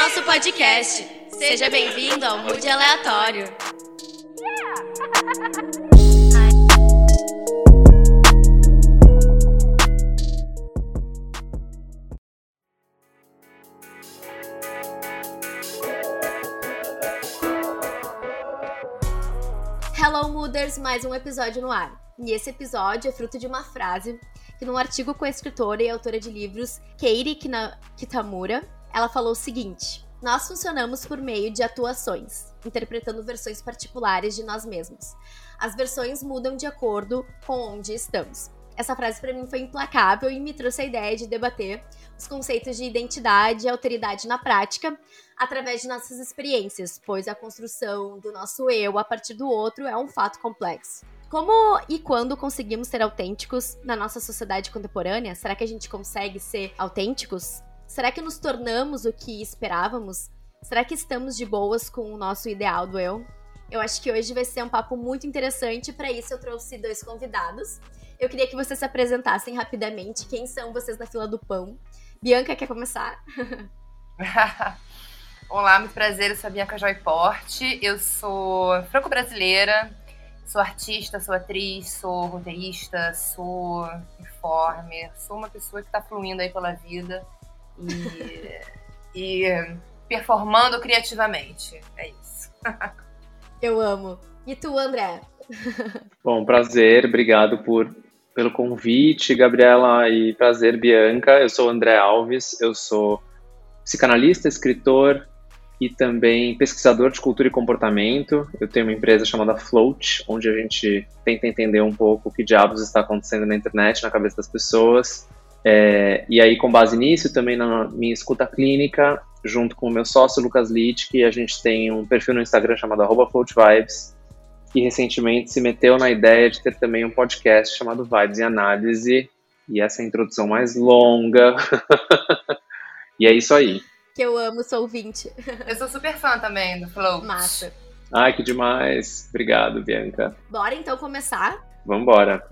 nosso podcast. Seja bem-vindo ao Mood Aleatório. Hello Mooders, mais um episódio no ar. E esse episódio é fruto de uma frase que num artigo com a escritora e autora de livros Katie Kitamura, ela falou o seguinte: nós funcionamos por meio de atuações, interpretando versões particulares de nós mesmos. As versões mudam de acordo com onde estamos. Essa frase para mim foi implacável e me trouxe a ideia de debater os conceitos de identidade e alteridade na prática através de nossas experiências, pois a construção do nosso eu a partir do outro é um fato complexo. Como e quando conseguimos ser autênticos na nossa sociedade contemporânea? Será que a gente consegue ser autênticos? Será que nos tornamos o que esperávamos? Será que estamos de boas com o nosso ideal do eu? Eu acho que hoje vai ser um papo muito interessante. Para isso eu trouxe 2 convidados. Eu queria que vocês se apresentassem rapidamente. Quem são vocês na fila do pão? Bianca, quer começar? Olá, muito prazer. Eu sou a Bianca Joyporte. Eu sou franco-brasileira. Sou artista, sou atriz, sou roteirista, sou performer. Sou uma pessoa que está fluindo aí pela vida e performando criativamente. É isso. Eu amo. E tu, André? Bom, prazer. Obrigado pelo convite, Gabriela, e prazer, Bianca. Eu sou André Alves, eu sou psicanalista, escritor e também pesquisador de cultura e comportamento. Eu tenho uma empresa chamada Float, onde a gente tenta entender um pouco o que diabos está acontecendo na internet, na cabeça das pessoas. E aí, com base nisso, também na minha escuta clínica, junto com o meu sócio, Lucas Littke, a gente tem um perfil no Instagram chamado @FloatVibes, que recentemente se meteu na ideia de ter também um podcast chamado Vibes em Análise, e essa é a introdução mais longa. E é isso aí. Que eu amo, sou ouvinte. Eu sou super fã também do Float. Massa. Ai, que demais. Obrigado, Bianca. Bora então começar? Vambora.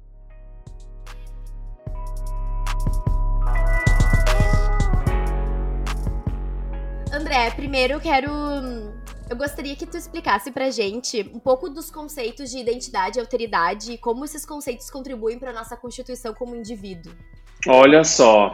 André, primeiro eu gostaria que tu explicasse pra gente um pouco dos conceitos de identidade e alteridade e como esses conceitos contribuem pra nossa constituição como indivíduo. Olha só.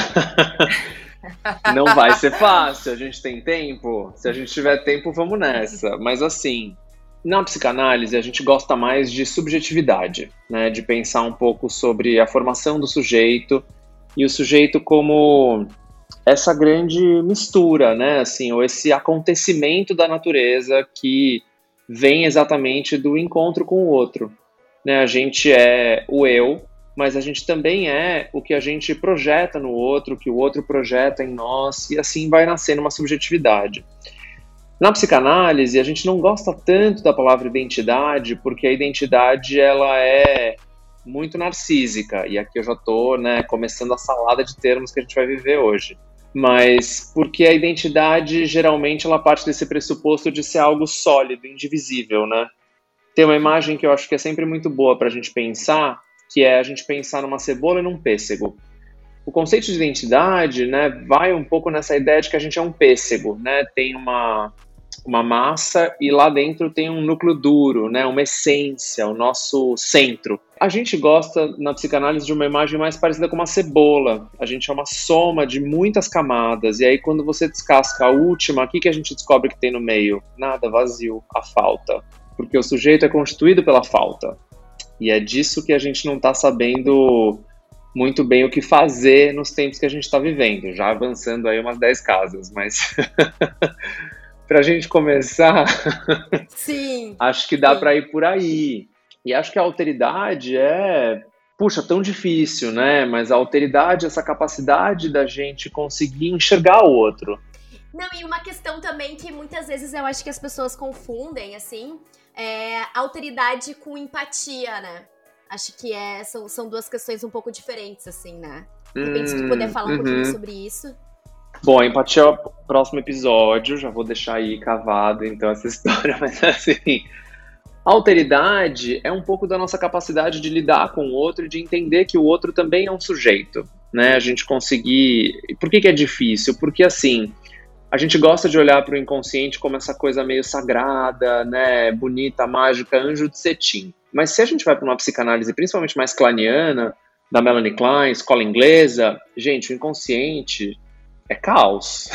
Não vai ser fácil, a gente tem tempo? Se a gente tiver tempo, vamos nessa. Mas assim, na psicanálise a gente gosta mais de subjetividade, né? De pensar um pouco sobre a formação do sujeito e o sujeito como essa grande mistura, né? Assim, ou esse acontecimento da natureza que vem exatamente do encontro com o outro, né? A gente é o eu, mas a gente também é o que a gente projeta no outro, que o outro projeta em nós, e assim vai nascendo uma subjetividade. Na psicanálise, a gente não gosta tanto da palavra identidade, porque a identidade ela é muito narcísica, e aqui eu já estou, né, começando a salada de termos que a gente vai viver hoje. Mas porque a identidade, geralmente, ela parte desse pressuposto de ser algo sólido, indivisível, né? Tem uma imagem que eu acho que é sempre muito boa para a gente pensar, que é a gente pensar numa cebola e num pêssego. O conceito de identidade, né, vai um pouco nessa ideia de que a gente é um pêssego, né? Tem uma massa e lá dentro tem um núcleo duro, né, uma essência, o nosso centro. A gente gosta, na psicanálise, de uma imagem mais parecida com uma cebola. A gente é uma soma de muitas camadas, e aí quando você descasca a última, o que a gente descobre que tem no meio? Nada, vazio, a falta. Porque o sujeito é constituído pela falta. E é disso que a gente não está sabendo muito bem o que fazer nos tempos que a gente está vivendo. Já avançando aí umas 10 casas, mas... Pra gente começar, sim, acho que dá para ir por aí. E acho que a alteridade é, tão difícil, né? Mas a alteridade é essa capacidade da gente conseguir enxergar o outro. Não, e uma questão também que muitas vezes eu acho que as pessoas confundem, assim, é alteridade com empatia, né? Acho que são 2 questões um pouco diferentes, assim, né? De repente, se tu puder falar um pouquinho sobre isso. Bom, a empatia é o próximo episódio, já vou deixar aí cavado, então, essa história, mas assim, a alteridade é um pouco da nossa capacidade de lidar com o outro e de entender que o outro também é um sujeito, né? A gente conseguir... Por que é difícil? Porque, assim, a gente gosta de olhar para o inconsciente como essa coisa meio sagrada, né, bonita, mágica, anjo de cetim. Mas se a gente vai para uma psicanálise, principalmente mais kleiniana, da Melanie Klein, escola inglesa, gente, o inconsciente é caos.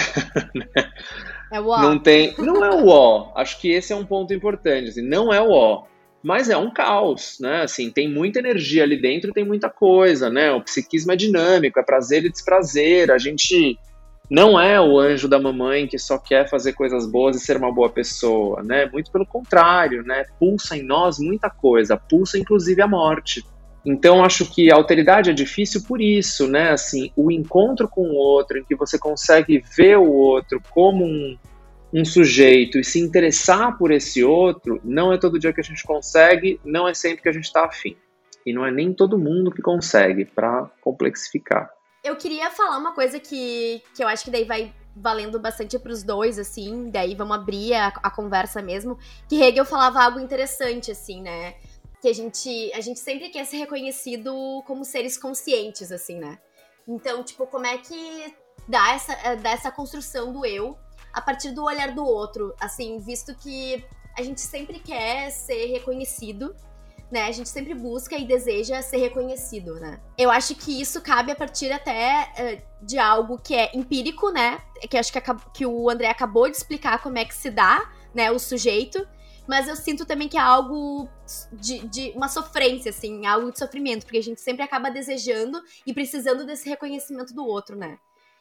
É o ó. Não é o ó. Acho que esse é um ponto importante. Assim, não é o ó. Mas é um caos, né? Assim, tem muita energia ali dentro, tem muita coisa, né? O psiquismo é dinâmico, é prazer e desprazer. A gente não é o anjo da mamãe que só quer fazer coisas boas e ser uma boa pessoa, né? Muito pelo contrário, né? Pulsa em nós muita coisa, pulsa inclusive a morte. Então, acho que a alteridade é difícil por isso, né? Assim, o encontro com o outro, em que você consegue ver o outro como um sujeito e se interessar por esse outro, não é todo dia que a gente consegue, não é sempre que a gente está afim. E não é nem todo mundo que consegue, para complexificar. Eu queria falar uma coisa que eu acho que daí vai valendo bastante pros dois, assim, daí vamos abrir a conversa mesmo, que Hegel falava algo interessante, assim, né? Que a gente sempre quer ser reconhecido como seres conscientes, assim, né? Então, tipo, como é que dá essa construção do eu a partir do olhar do outro, assim, visto que a gente sempre quer ser reconhecido, né? A gente sempre busca e deseja ser reconhecido, né? Eu acho que isso cabe a partir até de algo que é empírico, né? Que acho que o André acabou de explicar como é que se dá, né, o sujeito, mas eu sinto também que é algo de uma sofrência, assim, algo de sofrimento, porque a gente sempre acaba desejando e precisando desse reconhecimento do outro, né?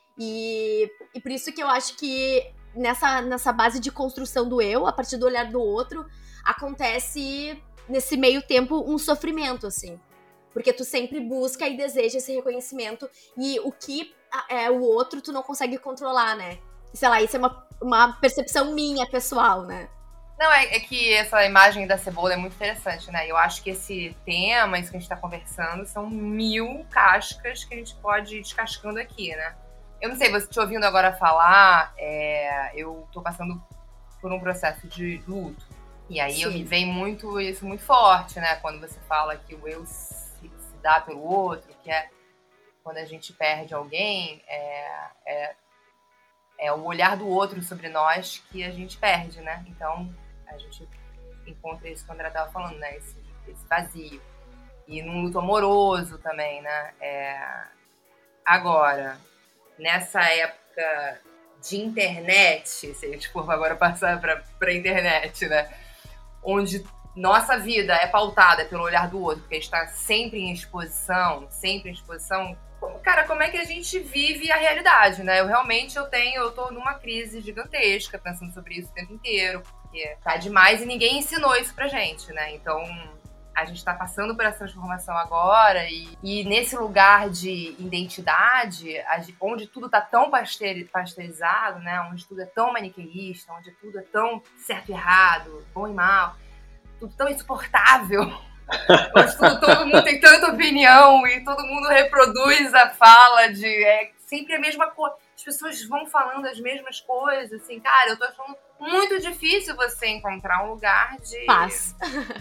E por isso que eu acho que nessa base de construção do eu, a partir do olhar do outro, acontece nesse meio tempo um sofrimento, assim. Porque tu sempre busca e deseja esse reconhecimento e o que é o outro tu não consegue controlar, né? Sei lá, isso é uma percepção minha, pessoal, né? Não, é que essa imagem da cebola é muito interessante, né? Eu acho que esse tema, isso que a gente tá conversando, são 1000 cascas que a gente pode ir descascando aqui, né? Eu não sei, você te ouvindo agora falar, eu tô passando por um processo de luto. E aí me vem isso muito forte, né? Quando você fala que o eu se dá pelo outro, que é quando a gente perde alguém, é o olhar do outro sobre nós que a gente perde, né? Então, a gente encontra isso que o André estava falando, né? Esse vazio. E num luto amoroso também, né? Agora, nessa época de internet, se a gente for agora passar para a internet, né? Onde nossa vida é pautada pelo olhar do outro, porque a gente está sempre em exposição, cara, como é que a gente vive a realidade, né? Eu tô numa crise gigantesca pensando sobre isso o tempo inteiro, porque tá demais e ninguém ensinou isso pra gente, né? Então, a gente tá passando por essa transformação agora e nesse lugar de identidade, onde tudo tá tão pasteurizado, né? Onde tudo é tão maniqueísta, onde tudo é tão certo e errado, bom e mal, tudo tão insuportável. Todo mundo tem tanta opinião e todo mundo reproduz a fala sempre a mesma coisa. As pessoas vão falando as mesmas coisas, assim, cara, eu tô achando muito difícil você encontrar um lugar de paz.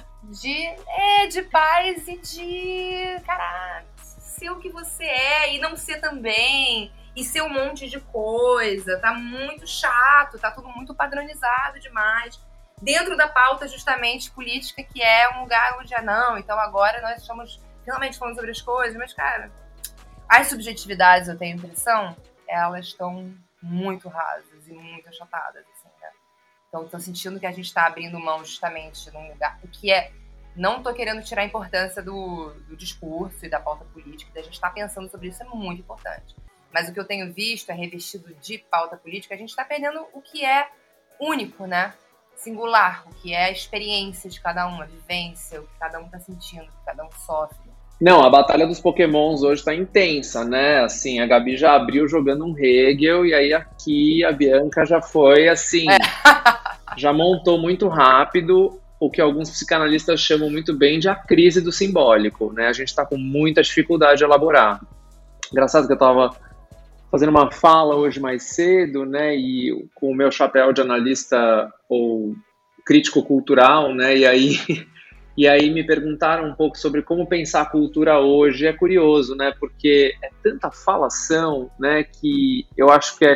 De paz e de, cara, ser o que você é e não ser também, e ser um monte de coisa. Tá muito chato, tá tudo muito padronizado demais. Dentro da pauta, justamente, política, que é um lugar onde não. Então, agora nós estamos finalmente falando sobre as coisas. Mas, cara, as subjetividades, eu tenho a impressão, elas estão muito rasas e muito achatadas, assim, né? Então, estou sentindo que a gente está abrindo mão justamente num lugar... O que é... Não estou querendo tirar a importância do discurso e da pauta política. Da gente estar pensando sobre isso é muito importante. Mas o que eu tenho visto é revestido de pauta política. A gente está perdendo o que é único, né? Singular, o que é a experiência de cada um, a vivência, o que cada um tá sentindo, o que cada um sofre. Não, a batalha dos pokémons hoje tá intensa, né? Assim, a Gabi já abriu jogando um Hegel e aí aqui a Bianca já foi, assim, já montou muito rápido o que alguns psicanalistas chamam muito bem de a crise do simbólico, né? A gente tá com muita dificuldade de elaborar. Engraçado que eu tava fazendo uma fala hoje mais cedo, né, e com o meu chapéu de analista ou crítico cultural, né, e aí me perguntaram um pouco sobre como pensar a cultura hoje. É curioso, né, porque é tanta falação, né, que eu acho que é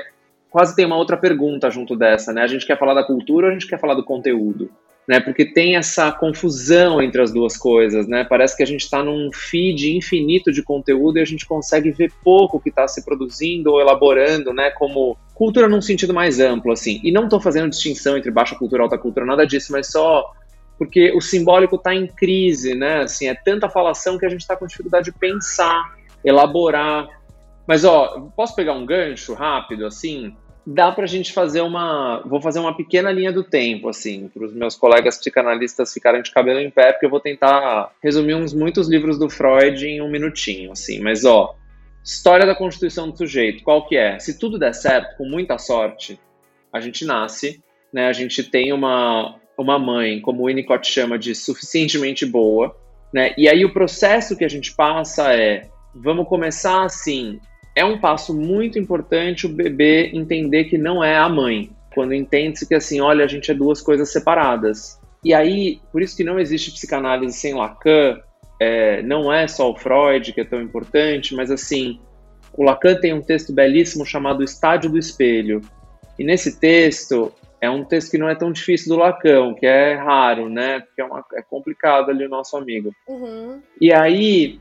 quase tem uma outra pergunta junto dessa, né? A gente quer falar da cultura ou a gente quer falar do conteúdo? Né? Porque tem essa confusão entre as duas coisas, né? Parece que a gente está num feed infinito de conteúdo e a gente consegue ver pouco que está se produzindo ou elaborando, né? Como cultura num sentido mais amplo, assim. E não estou fazendo distinção entre baixa cultura e alta cultura, nada disso, mas só porque o simbólico está em crise, né? Assim, é tanta falação que a gente está com dificuldade de pensar, elaborar. Mas, posso pegar um gancho rápido, assim? Dá pra gente fazer vou fazer uma pequena linha do tempo, assim, para os meus colegas psicanalistas ficarem de cabelo em pé, porque eu vou tentar resumir muitos livros do Freud em um minutinho, assim. Mas, história da constituição do sujeito, qual que é? Se tudo der certo, com muita sorte, a gente nasce, né? A gente tem uma mãe, como o Winnicott chama de suficientemente boa, né? E aí o processo que a gente passa vamos começar assim. É um passo muito importante o bebê entender que não é a mãe. Quando entende-se que assim, olha, a gente é duas coisas separadas. E aí, por isso que não existe psicanálise sem Lacan, não é só o Freud que é tão importante, mas assim, o Lacan tem um texto belíssimo chamado Estádio do Espelho. E nesse texto, é um texto que não é tão difícil do Lacan, que é raro, né? Porque é complicado ali o nosso amigo. Uhum. E aí...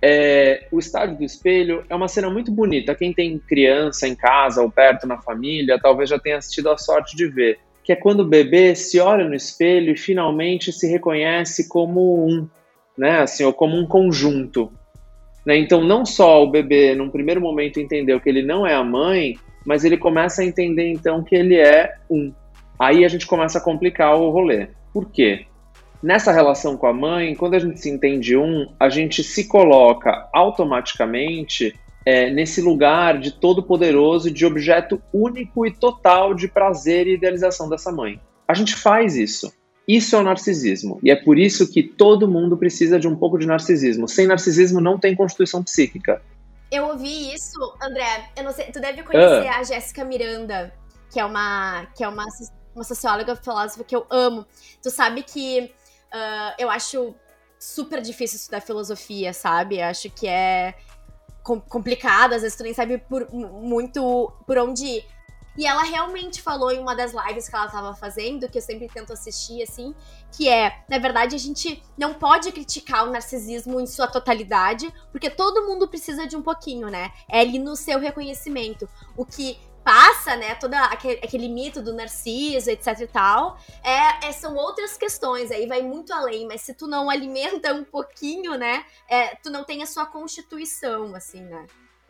o Estádio do Espelho é uma cena muito bonita. Quem tem criança em casa ou perto na família, talvez já tenha tido a sorte de ver. Que é quando o bebê se olha no espelho e finalmente se reconhece como né? Assim, ou como um conjunto. Né? Então, não só o bebê, num primeiro momento, entendeu que ele não é a mãe, mas ele começa a entender, então, que ele é Aí a gente começa a complicar o rolê. Por quê? Nessa relação com a mãe, quando a gente se entende a gente se coloca automaticamente nesse lugar de todo-poderoso, de objeto único e total de prazer e idealização dessa mãe. A gente faz isso. Isso é o narcisismo. E é por isso que todo mundo precisa de um pouco de narcisismo. Sem narcisismo não tem constituição psíquica. Eu ouvi isso, André. Eu não sei, tu deve conhecer a Jéssica Miranda, que é uma socióloga, filósofa que eu amo. Tu sabe que eu acho super difícil estudar filosofia, sabe? Eu acho que é complicado, às vezes tu nem sabe muito por onde ir. E ela realmente falou em uma das lives que ela tava fazendo, que eu sempre tento assistir, assim, que na verdade, a gente não pode criticar o narcisismo em sua totalidade, porque todo mundo precisa de um pouquinho, né? É ali no seu reconhecimento. O que passa, né, todo aquele mito do Narciso, etc e tal, são outras questões, aí vai muito além, mas se tu não alimenta um pouquinho, né, tu não tem a sua constituição, assim, né.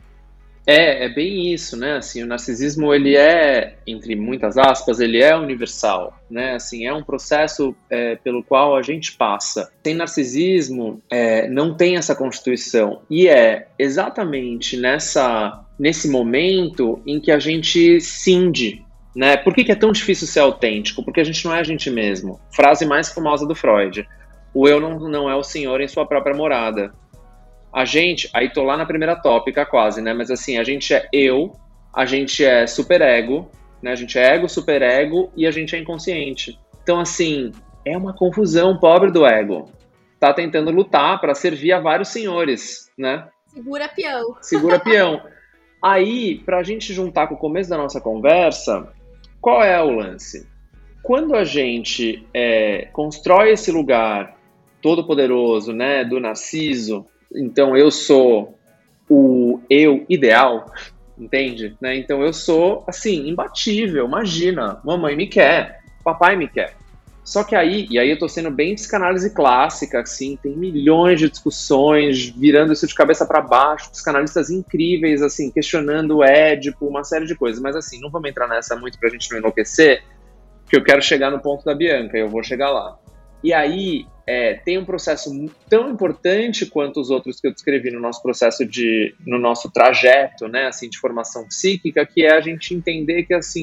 É bem isso, né, assim, o narcisismo, ele entre muitas aspas, ele é universal, né, assim, é um processo pelo qual a gente passa. Sem narcisismo, não tem essa constituição, e exatamente nesse momento em que a gente cinge, né? Por que é tão difícil ser autêntico? Porque a gente não é a gente mesmo. Frase mais famosa do Freud. O eu não é o senhor em sua própria morada. A gente, aí tô lá na primeira tópica quase, né? Mas assim, a gente é eu, a gente é superego, né? A gente é ego, superego e a gente é inconsciente. Então assim, é uma confusão, pobre do ego. Tá tentando lutar para servir a vários senhores, né? Segura peão. Segura peão. Aí, para a gente juntar com o começo da nossa conversa, qual é o lance? Quando a gente constrói esse lugar todo-poderoso, né, do Narciso, então eu sou o eu ideal, entende? Né? Então eu sou, assim, imbatível, imagina, mamãe me quer, papai me quer. Só que aí eu tô sendo bem psicanálise clássica, assim, tem milhões de discussões, virando isso de cabeça para baixo, psicanalistas incríveis, assim, questionando o Édipo, uma série de coisas. Mas assim, não vamos entrar nessa muito pra gente não enlouquecer, porque eu quero chegar no ponto da Bianca, e eu vou chegar lá. E aí, tem um processo tão importante quanto os outros que eu descrevi no nosso processo no nosso trajeto, né, assim, de formação psíquica, que é a gente entender que, assim,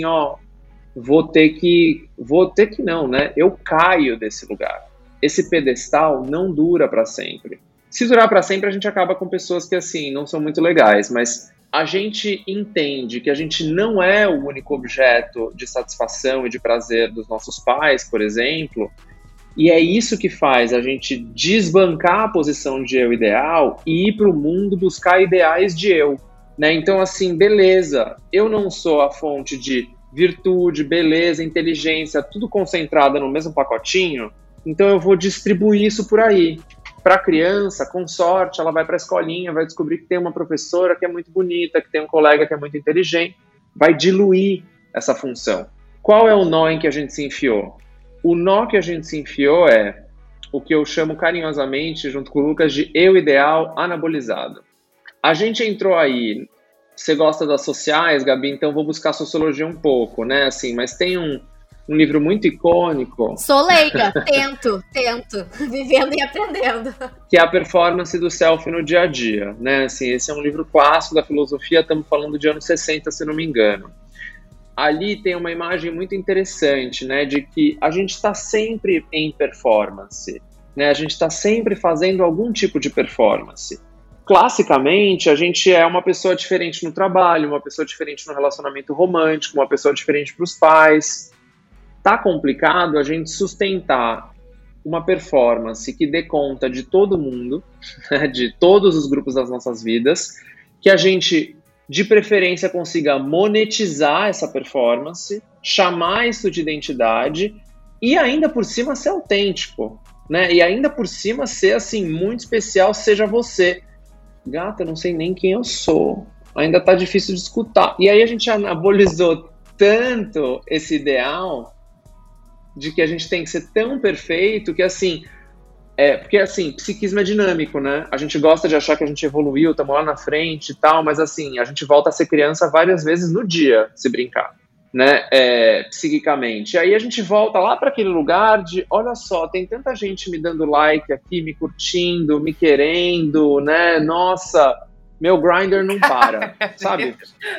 vou ter que não, né? Eu caio desse lugar. Esse pedestal não dura para sempre. Se durar para sempre, a gente acaba com pessoas que, assim, não são muito legais, mas a gente entende que a gente não é o único objeto de satisfação e de prazer dos nossos pais, por exemplo, e é isso que faz a gente desbancar a posição de eu ideal e ir para o mundo buscar ideais de eu. né? Então, assim, beleza, eu não sou a fonte de virtude, beleza, inteligência, tudo concentrada no mesmo pacotinho, então eu vou distribuir isso por aí. Para a criança, com sorte, ela vai para a escolinha, vai descobrir que tem uma professora que é muito bonita, que tem um colega que é muito inteligente, vai diluir essa função. Qual é o nó em que a gente se enfiou? O nó que a gente se enfiou é o que eu chamo carinhosamente, junto com o Lucas, de eu ideal anabolizado. A gente entrou aí, você gosta das sociais, Gabi, então vou buscar sociologia um pouco, né? Assim, mas tem um livro muito icônico. Sou leiga, tento, vivendo e aprendendo. Que é a performance do self no dia a dia, né? Assim, esse é um livro clássico da filosofia, estamos falando de anos 60, se não me engano. Ali tem uma imagem muito interessante, né? De que a gente está sempre em performance, né? A gente está sempre fazendo algum tipo de performance. Classicamente, a gente é uma pessoa diferente no trabalho, uma pessoa diferente no relacionamento romântico, uma pessoa diferente para os pais. Tá complicado a gente sustentar uma performance que dê conta de todo mundo, né, de todos os grupos das nossas vidas, que a gente, de preferência, consiga monetizar essa performance, chamar isso de identidade e ainda por cima ser autêntico, né? E ainda por cima ser, assim, muito especial, seja você. Gata, eu não sei nem quem eu sou. Ainda tá difícil de escutar. E aí a gente anabolizou tanto esse ideal de que a gente tem que ser tão perfeito que, assim, porque, assim, psiquismo é dinâmico, né? A gente gosta de achar que a gente evoluiu, estamos lá na frente e tal, mas, assim, a gente volta a ser criança várias vezes no dia, se brincar, né? Psiquicamente. E aí a gente volta lá para aquele lugar de, olha só, tem tanta gente me dando like aqui, me curtindo, me querendo, né? Nossa, meu Grindr não para, sabe?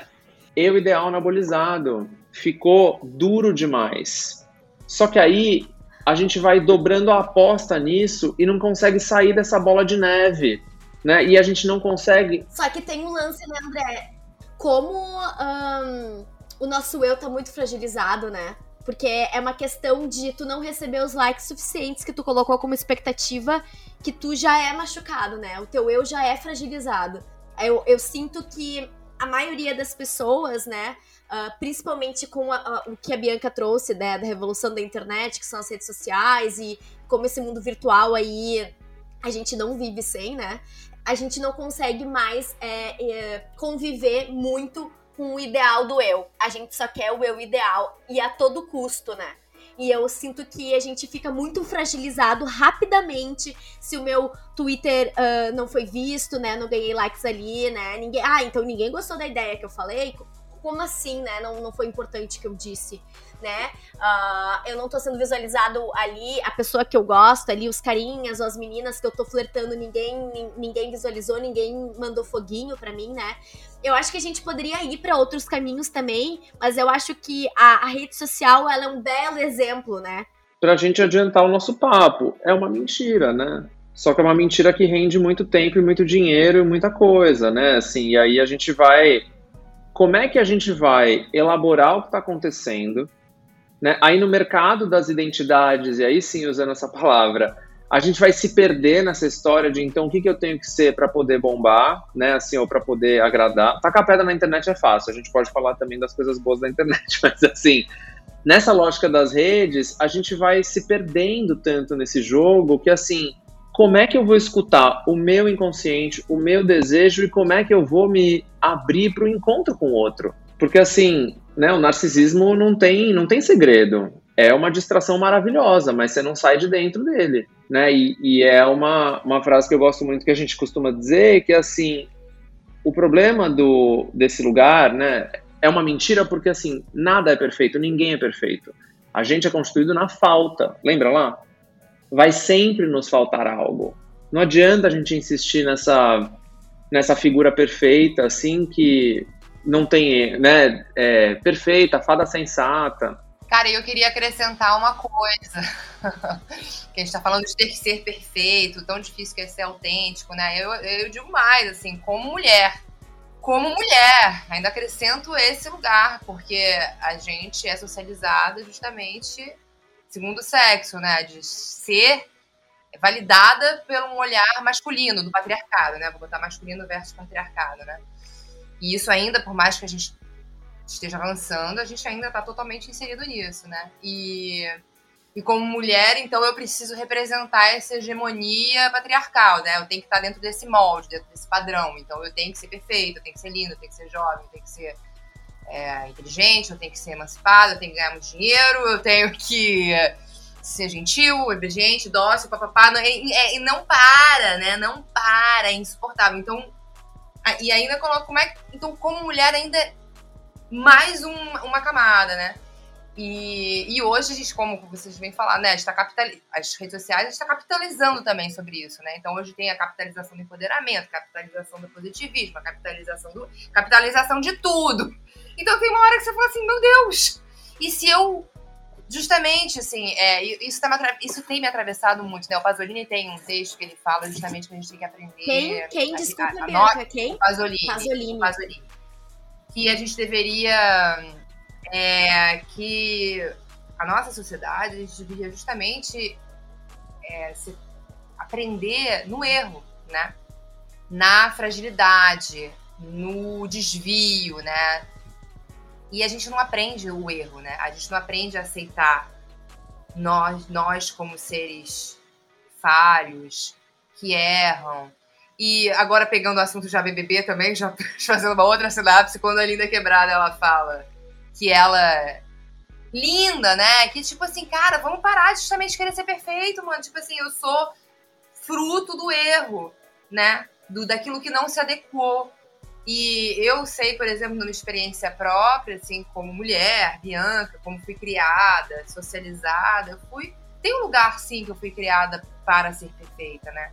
Eu ideal anabolizado. Ficou duro demais. Só que aí a gente vai dobrando a aposta nisso e não consegue sair dessa bola de neve, né? E a gente não consegue... Só que tem um lance, né, André? Como o nosso eu tá muito fragilizado, né? Porque é uma questão de tu não receber os likes suficientes que tu colocou como expectativa, que tu já é machucado, né? O teu eu já é fragilizado. Eu sinto que a maioria das pessoas, né, principalmente com o que a Bianca trouxe, né, da revolução da internet, que são as redes sociais, e como esse mundo virtual aí a gente não vive sem, né, a gente não consegue mais conviver muito com o ideal do eu. A gente só quer o eu ideal e a todo custo, né? E eu sinto que a gente fica muito fragilizado rapidamente se o meu Twitter não foi visto, né? Não ganhei likes ali, né? Então ninguém gostou da ideia que eu falei? Como assim, né? Não foi importante o que eu disse, né? Eu não tô sendo visualizado ali, a pessoa que eu gosto ali, os carinhas, ou as meninas que eu tô flertando, ninguém visualizou, ninguém mandou foguinho pra mim, né? Eu acho que a gente poderia ir para outros caminhos também, mas eu acho que a rede social, ela é um belo exemplo, né? Pra gente adiantar o nosso papo, é uma mentira, né? Só que é uma mentira que rende muito tempo e muito dinheiro e muita coisa, né? Assim, e aí a gente vai... Como é que a gente vai elaborar o que está acontecendo, né? Aí no mercado das identidades, e aí sim, usando essa palavra, a gente vai se perder nessa história de, então, o que eu tenho que ser para poder bombar, né, assim, ou para poder agradar. Tacar pedra na internet é fácil, a gente pode falar também das coisas boas da internet, mas, assim, nessa lógica das redes, a gente vai se perdendo tanto nesse jogo que, assim, como é que eu vou escutar o meu inconsciente, o meu desejo, e como é que eu vou me abrir para o encontro com o outro? Porque, assim, né, o narcisismo não tem segredo. É uma distração maravilhosa, mas você não sai de dentro dele, né? E é uma frase que eu gosto muito, que a gente costuma dizer, que, assim, o problema desse lugar, né, é uma mentira porque, assim, nada é perfeito, ninguém é perfeito. A gente é constituído na falta, lembra lá? Vai sempre nos faltar algo. Não adianta a gente insistir nessa figura perfeita, assim, que não tem, né, perfeita, fada sensata. Cara, eu queria acrescentar uma coisa, que a gente tá falando de ter que ser perfeito, tão difícil que é ser autêntico, né? Eu digo mais, assim, como mulher, ainda acrescento esse lugar, porque a gente é socializada justamente segundo o sexo, né? De ser validada por um olhar masculino, do patriarcado, né? Vou botar masculino versus patriarcado, né? E isso ainda, por mais que a gente esteja avançando, a gente ainda está totalmente inserido nisso, né? E como mulher, então, eu preciso representar essa hegemonia patriarcal, né? Eu tenho que estar dentro desse molde, dentro desse padrão. Então, eu tenho que ser perfeita, eu tenho que ser linda, eu tenho que ser jovem, eu tenho que ser inteligente, eu tenho que ser emancipada, eu tenho que ganhar muito dinheiro, eu tenho que ser gentil, obediente, dócil, papapá. E não para, né? Não para, é insuportável. Então, e ainda coloco então, como mulher, ainda mais uma camada, né? E hoje, a gente, como vocês vêm falar, né, as redes sociais, a gente está capitalizando também sobre isso, né? Então, hoje tem a capitalização do empoderamento, capitalização do positivismo, a capitalização de tudo. Então, tem uma hora que você fala assim, meu Deus! E se eu, justamente, assim, isso tem me atravessado muito, né? O Pasolini tem um texto que ele fala justamente que a gente tem que aprender... Quem? Desculpa, Bianca, quem? Pasolini. Que a gente deveria... que a nossa sociedade, a gente deveria justamente aprender no erro, né? Na fragilidade, no desvio, né? E a gente não aprende o erro, né? A gente não aprende a aceitar nós como seres falhos, que erram. E agora, pegando o assunto já BBB também, já fazendo uma outra sinapse, quando a Linda Quebrada, ela fala que ela é linda, né? Que, tipo assim, cara, vamos parar de justamente querer ser perfeito, mano. Tipo assim, eu sou fruto do erro, né? Daquilo que não se adequou. E eu sei, por exemplo, numa experiência própria, assim, como mulher, Bianca, como fui criada, socializada, tem um lugar, sim, que eu fui criada para ser perfeita, né?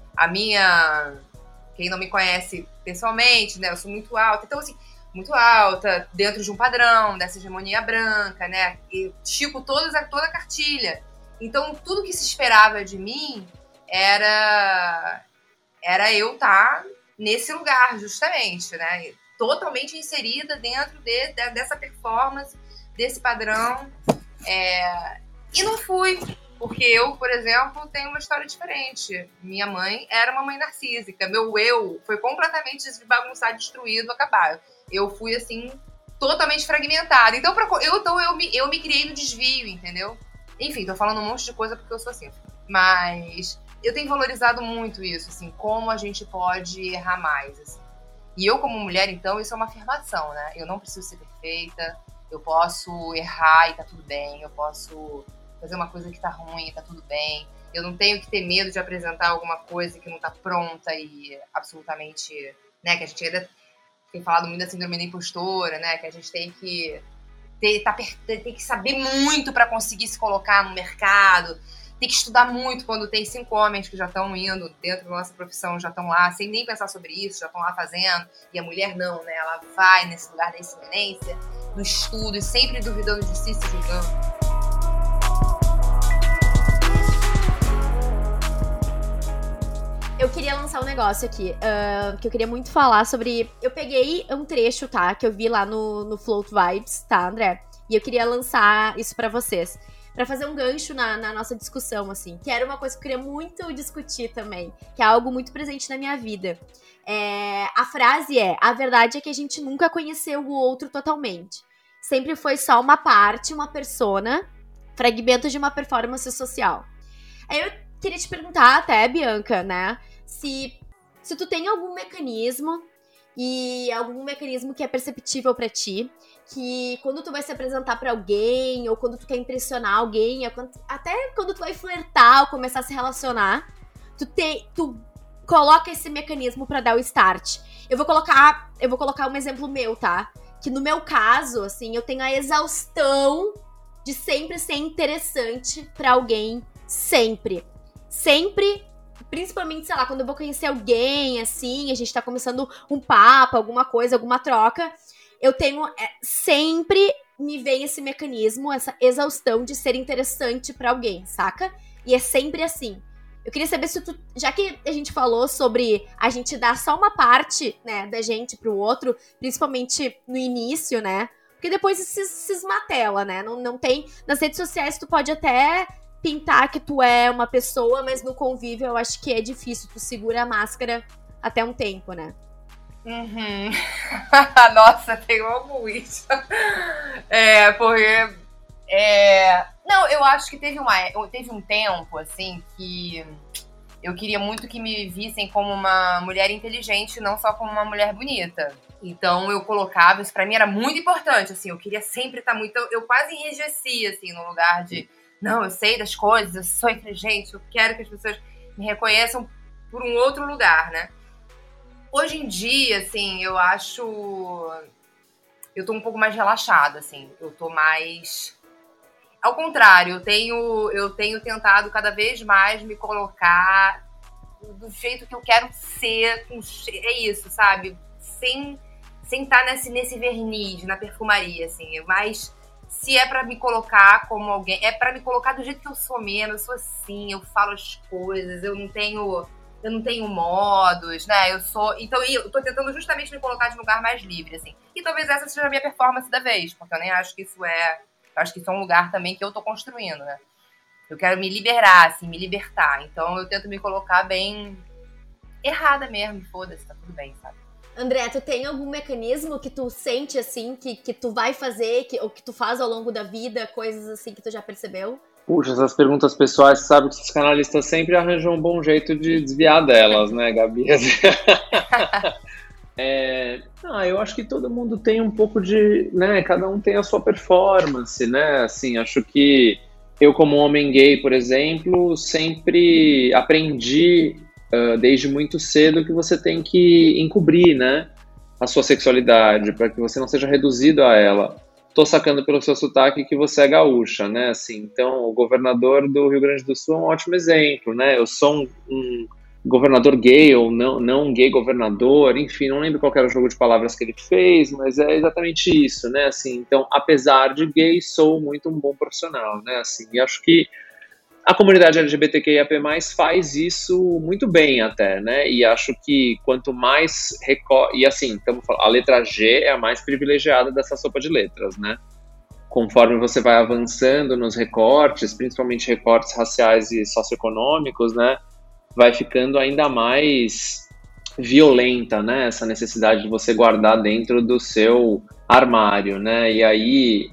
Quem não me conhece pessoalmente, né? Eu sou muito alta. Então, assim, muito alta, dentro de um padrão, dessa hegemonia branca, né? E estico toda a cartilha. Então, tudo que se esperava de mim era eu estar nesse lugar, justamente, né? Totalmente inserida dentro dessa performance, desse padrão. E não fui, porque eu, por exemplo, tenho uma história diferente. Minha mãe era uma mãe narcísica. Meu eu foi completamente bagunçado, destruído, acabado. Eu fui, assim, totalmente fragmentada. Então, eu me criei no desvio, entendeu? Enfim, tô falando um monte de coisa porque eu sou assim. Mas eu tenho valorizado muito isso, assim, como a gente pode errar mais, assim. E eu, como mulher, então, isso é uma afirmação, né? Eu não preciso ser perfeita, eu posso errar e tá tudo bem, eu posso fazer uma coisa que tá ruim e tá tudo bem. Eu não tenho que ter medo de apresentar alguma coisa que não tá pronta e absolutamente, né, que a gente ainda tem falado muito da síndrome da impostora, né, que a gente tem que tem que saber muito para conseguir se colocar no mercado, tem que estudar muito quando tem 5 homens que já estão indo dentro da nossa profissão, já estão lá, sem nem pensar sobre isso, já estão lá fazendo, e a mulher não, né, ela vai nesse lugar da excelência, no estudo, e sempre duvidando de si, se julgando. Eu queria lançar um negócio aqui, que eu queria muito falar sobre... Eu peguei um trecho, tá, que eu vi lá no Float Vibes, tá, André? E eu queria lançar isso pra vocês, pra fazer um gancho na nossa discussão, assim, que era uma coisa que eu queria muito discutir também, que é algo muito presente na minha vida. A frase a verdade é que a gente nunca conheceu o outro totalmente. Sempre foi só uma parte, uma persona, fragmento de uma performance social. Aí eu queria te perguntar até, Bianca, né, se tu tem algum mecanismo, e algum mecanismo que é perceptível pra ti, que quando tu vai se apresentar pra alguém, ou quando tu quer impressionar alguém, até quando tu vai flertar ou começar a se relacionar, tu coloca esse mecanismo pra dar o start. Eu vou colocar um exemplo meu, tá? Que no meu caso, assim, eu tenho a exaustão de sempre ser interessante pra alguém, sempre. Sempre, principalmente, sei lá, quando eu vou conhecer alguém, assim, a gente tá começando um papo, alguma coisa, alguma troca, eu tenho, sempre me vem esse mecanismo, essa exaustão de ser interessante pra alguém, saca? E é sempre assim. Eu queria saber se tu, já que a gente falou sobre a gente dar só uma parte, né, da gente pro outro, principalmente no início, né, porque depois se esmatela, né, não tem, nas redes sociais tu pode até pintar que tu é uma pessoa, mas no convívio eu acho que é difícil, tu segura a máscara até um tempo, né? Uhum. Nossa, tem alguns. Porque... Não, eu acho que teve um tempo, assim, que eu queria muito que me vissem como uma mulher inteligente, não só como uma mulher bonita. Então eu colocava, isso pra mim era muito importante, assim, eu queria sempre estar muito... Eu quase enrijecia, assim, no lugar de... Não, eu sei das coisas, eu sou inteligente, eu quero que as pessoas me reconheçam por um outro lugar, né? Hoje em dia, assim, eu acho... Eu tô um pouco mais relaxada, assim. Eu tô mais... Ao contrário, eu tenho tentado cada vez mais me colocar do jeito que eu quero ser. É isso, sabe? Sem estar nesse verniz, na perfumaria, assim. Mas se é pra me colocar como alguém... É pra me colocar do jeito que eu sou mesmo. Eu sou assim, eu falo as coisas, eu não tenho modos, né? Então, eu tô tentando justamente me colocar de um lugar mais livre, assim. E talvez essa seja a minha performance da vez, porque eu nem acho que isso é... Eu acho que isso é um lugar também que eu tô construindo, né? Eu quero me liberar, assim, me libertar. Então eu tento me colocar bem errada mesmo. Foda-se, tá tudo bem, sabe? André, tu tem algum mecanismo que tu sente, assim, que tu vai fazer, ou que tu faz ao longo da vida, coisas assim que tu já percebeu? Puxa, essas perguntas pessoais, sabe que os canalistas sempre arranjam um bom jeito de desviar delas, né, Gabi? Eu acho que todo mundo tem um pouco de, né, cada um tem a sua performance, né, assim, acho que eu como homem gay, por exemplo, sempre aprendi desde muito cedo que você tem que encobrir, né, a sua sexualidade, para que você não seja reduzido a ela. Tô sacando pelo seu sotaque que você é gaúcha, né, assim, então o governador do Rio Grande do Sul é um ótimo exemplo, né, eu sou um governador gay ou não um gay governador, enfim, não lembro qual era o jogo de palavras que ele fez, mas é exatamente isso, né, assim, então, apesar de gay, sou muito um bom profissional, né, assim, e acho que a comunidade LGBTQIAP+, faz isso muito bem até, né, e acho que quanto mais e assim, a letra G é a mais privilegiada dessa sopa de letras, né, conforme você vai avançando nos recortes, principalmente recortes raciais e socioeconômicos, né, vai ficando ainda mais violenta, né, essa necessidade de você guardar dentro do seu armário, né, e aí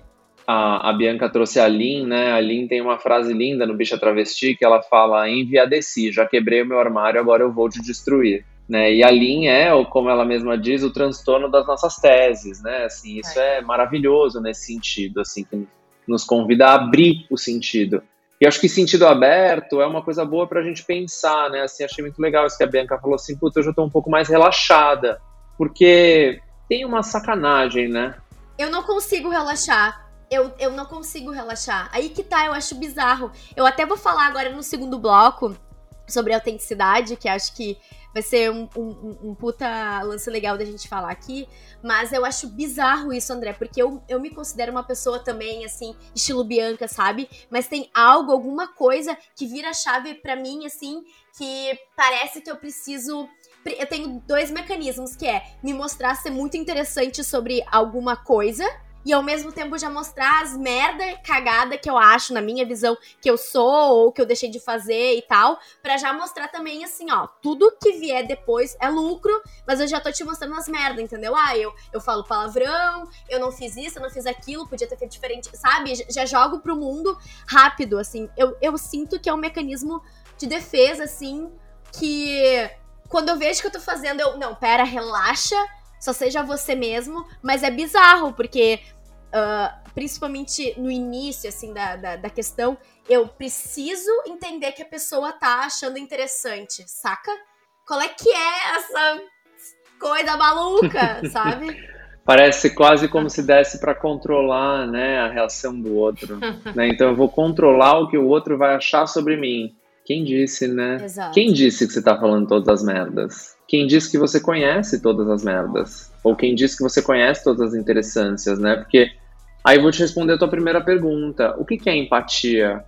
a Bianca trouxe a Lin, né, a Lin tem uma frase linda no Bicha Travesti que ela fala, enviadeci, já quebrei o meu armário, agora eu vou te destruir, né, e a Lin como ela mesma diz, o transtorno das nossas teses, né, assim, isso é maravilhoso nesse sentido, assim, que nos convida a abrir o sentido. E acho que sentido aberto é uma coisa boa pra gente pensar, né? Assim, achei muito legal isso que a Bianca falou assim, puta, eu já tô um pouco mais relaxada, porque tem uma sacanagem, né? Eu não consigo relaxar. Eu não consigo relaxar. Aí que tá, eu acho bizarro. Eu até vou falar agora no segundo bloco sobre autenticidade, que acho que vai ser um puta lance legal da gente falar aqui, mas eu acho bizarro isso, André, porque eu me considero uma pessoa também, assim, estilo Bianca, sabe? Mas tem alguma coisa que vira a chave pra mim, assim, que parece que eu preciso... Eu tenho 2 mecanismos, que é me mostrar ser muito interessante sobre alguma coisa, e ao mesmo tempo já mostrar as merda cagada que eu acho, na minha visão, que eu sou ou que eu deixei de fazer e tal, pra já mostrar também assim, ó, tudo que vier depois é lucro, mas eu já tô te mostrando as merda, entendeu? Eu falo palavrão, eu não fiz isso, eu não fiz aquilo, podia ter feito diferente, sabe? Já jogo pro mundo rápido, assim. Eu sinto que é um mecanismo de defesa, assim, que quando eu vejo que eu tô fazendo, não, pera, relaxa, só seja você mesmo, mas é bizarro, porque principalmente no início, assim, da questão, eu preciso entender que a pessoa tá achando interessante, saca? Qual é que é essa coisa maluca, sabe? Parece quase como se desse para controlar, né, a reação do outro, né? Então eu vou controlar o que o outro vai achar sobre mim. Quem disse, né? Exato. Quem disse que você tá falando todas as merdas? Quem disse que você conhece todas as merdas? Ou quem disse que você conhece todas as interessâncias, né? Porque aí eu vou te responder a tua primeira pergunta. O que é empatia?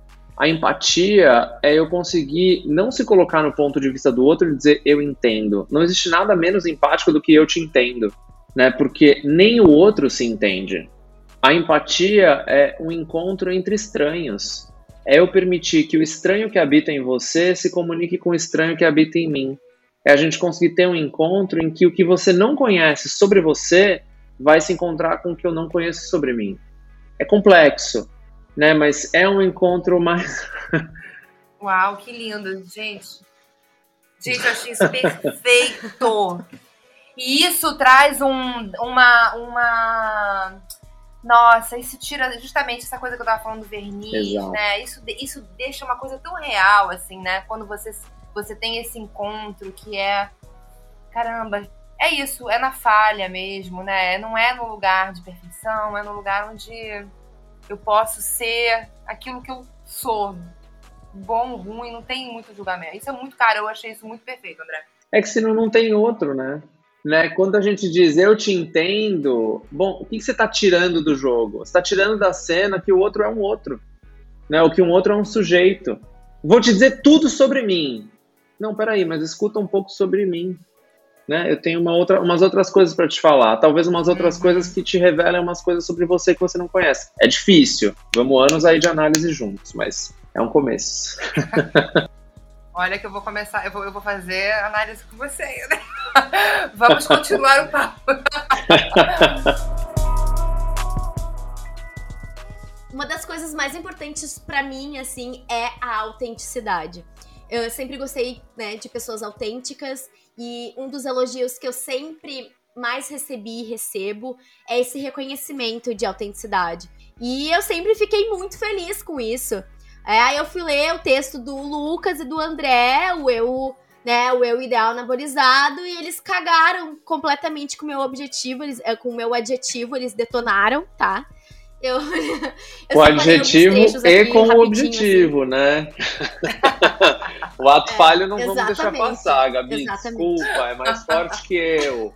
A empatia é eu conseguir não se colocar no ponto de vista do outro e dizer eu entendo. Não existe nada menos empático do que eu te entendo, né? Porque nem o outro se entende. A empatia é um encontro entre estranhos. É eu permitir que o estranho que habita em você se comunique com o estranho que habita em mim. É a gente conseguir ter um encontro em que o que você não conhece sobre você vai se encontrar com o que eu não conheço sobre mim. É complexo, né? Mas é um encontro mais... Uau, que lindo, gente. Gente, eu achei isso perfeito. E isso traz Nossa, isso tira justamente essa coisa que eu tava falando do verniz, Exato. né? Isso deixa uma coisa tão real, assim, né? Quando você tem esse encontro que é... Caramba, é isso, é na falha mesmo, né? Não é no lugar de perfeição, é no lugar onde eu posso ser aquilo que eu sou. Bom, ruim, não tem muito julgamento. Isso é muito, cara, eu achei isso muito perfeito, André. É que senão não tem outro, né? Quando a gente diz eu te entendo, bom, o que você está tirando do jogo? Você está tirando da cena que o outro é um outro, né? Ou que um outro é um sujeito. Vou te dizer tudo sobre mim. Não, peraí, mas escuta um pouco sobre mim, né? Eu tenho umas outras coisas para te falar, talvez umas outras coisas que te revelem umas coisas sobre você que você não conhece. É difícil, vamos anos aí de análise juntos, mas é um começo. Olha que eu vou começar, eu vou fazer análise com você, né? Vamos continuar o papo. Uma das coisas mais importantes pra mim, assim, é a autenticidade. Eu sempre gostei, né, de pessoas autênticas e um dos elogios que eu sempre mais recebi e recebo é esse reconhecimento de autenticidade. E eu sempre fiquei muito feliz com isso. Aí eu fui ler o texto do Lucas e do André, o eu ideal anabolizado, e eles cagaram completamente com o meu objetivo, com o meu adjetivo, eles detonaram, tá? Eu com o adjetivo e com o objetivo, assim, né? O ato falho não vamos deixar passar, Gabi. Exatamente. Desculpa, é mais forte que eu.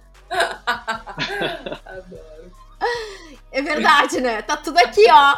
Adoro. É verdade, né? Tá tudo aqui, ó.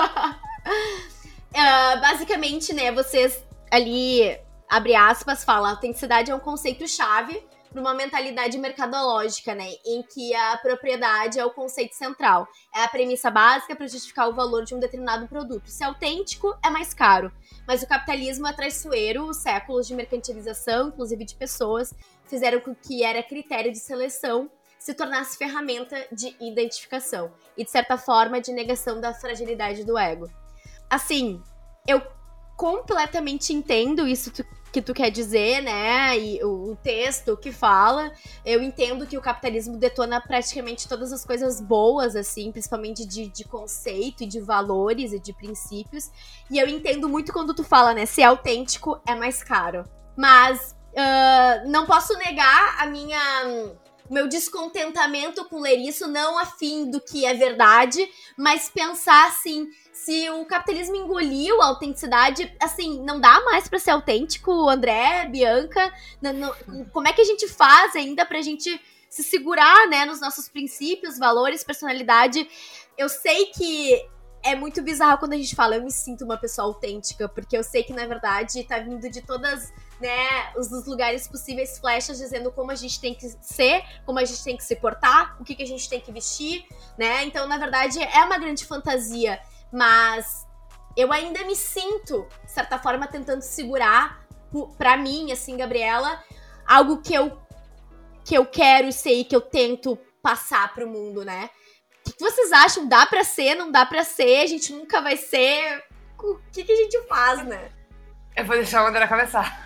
Basicamente, né, vocês ali, abre aspas, falam, autenticidade é um conceito-chave para uma mentalidade mercadológica, né, em que a propriedade é o conceito central. É a premissa básica para justificar o valor de um determinado produto. Se é autêntico, é mais caro. Mas o capitalismo é traiçoeiro, os séculos de mercantilização, inclusive de pessoas, fizeram com que era critério de seleção se tornasse ferramenta de identificação e, de certa forma, de negação da fragilidade do ego. Assim, eu completamente entendo isso que tu quer dizer, né? E o texto que fala. Eu entendo que o capitalismo detona praticamente todas as coisas boas, assim, principalmente de conceito e de valores e de princípios. E eu entendo muito quando tu fala, né? Ser autêntico é mais caro. Mas não posso negar meu descontentamento com ler isso, não a fim do que é verdade, mas pensar assim, se o capitalismo engoliu a autenticidade, assim, não dá mais pra ser autêntico, André, Bianca, como é que a gente faz ainda pra gente se segurar, né, nos nossos princípios, valores, personalidade? Eu sei que é muito bizarro quando a gente fala, eu me sinto uma pessoa autêntica, porque eu sei que, na verdade, tá vindo de todas, né, os lugares possíveis, flechas dizendo como a gente tem que ser, como a gente tem que se portar, o que a gente tem que vestir, né? Então, na verdade, é uma grande fantasia, mas eu ainda me sinto, de certa forma, tentando segurar, pra mim, assim, Gabriela, algo que eu quero e sei que eu tento passar pro mundo, né? O que vocês acham? Dá pra ser? Não dá pra ser? A gente nunca vai ser? O que a gente faz, né? Eu vou deixar o André começar.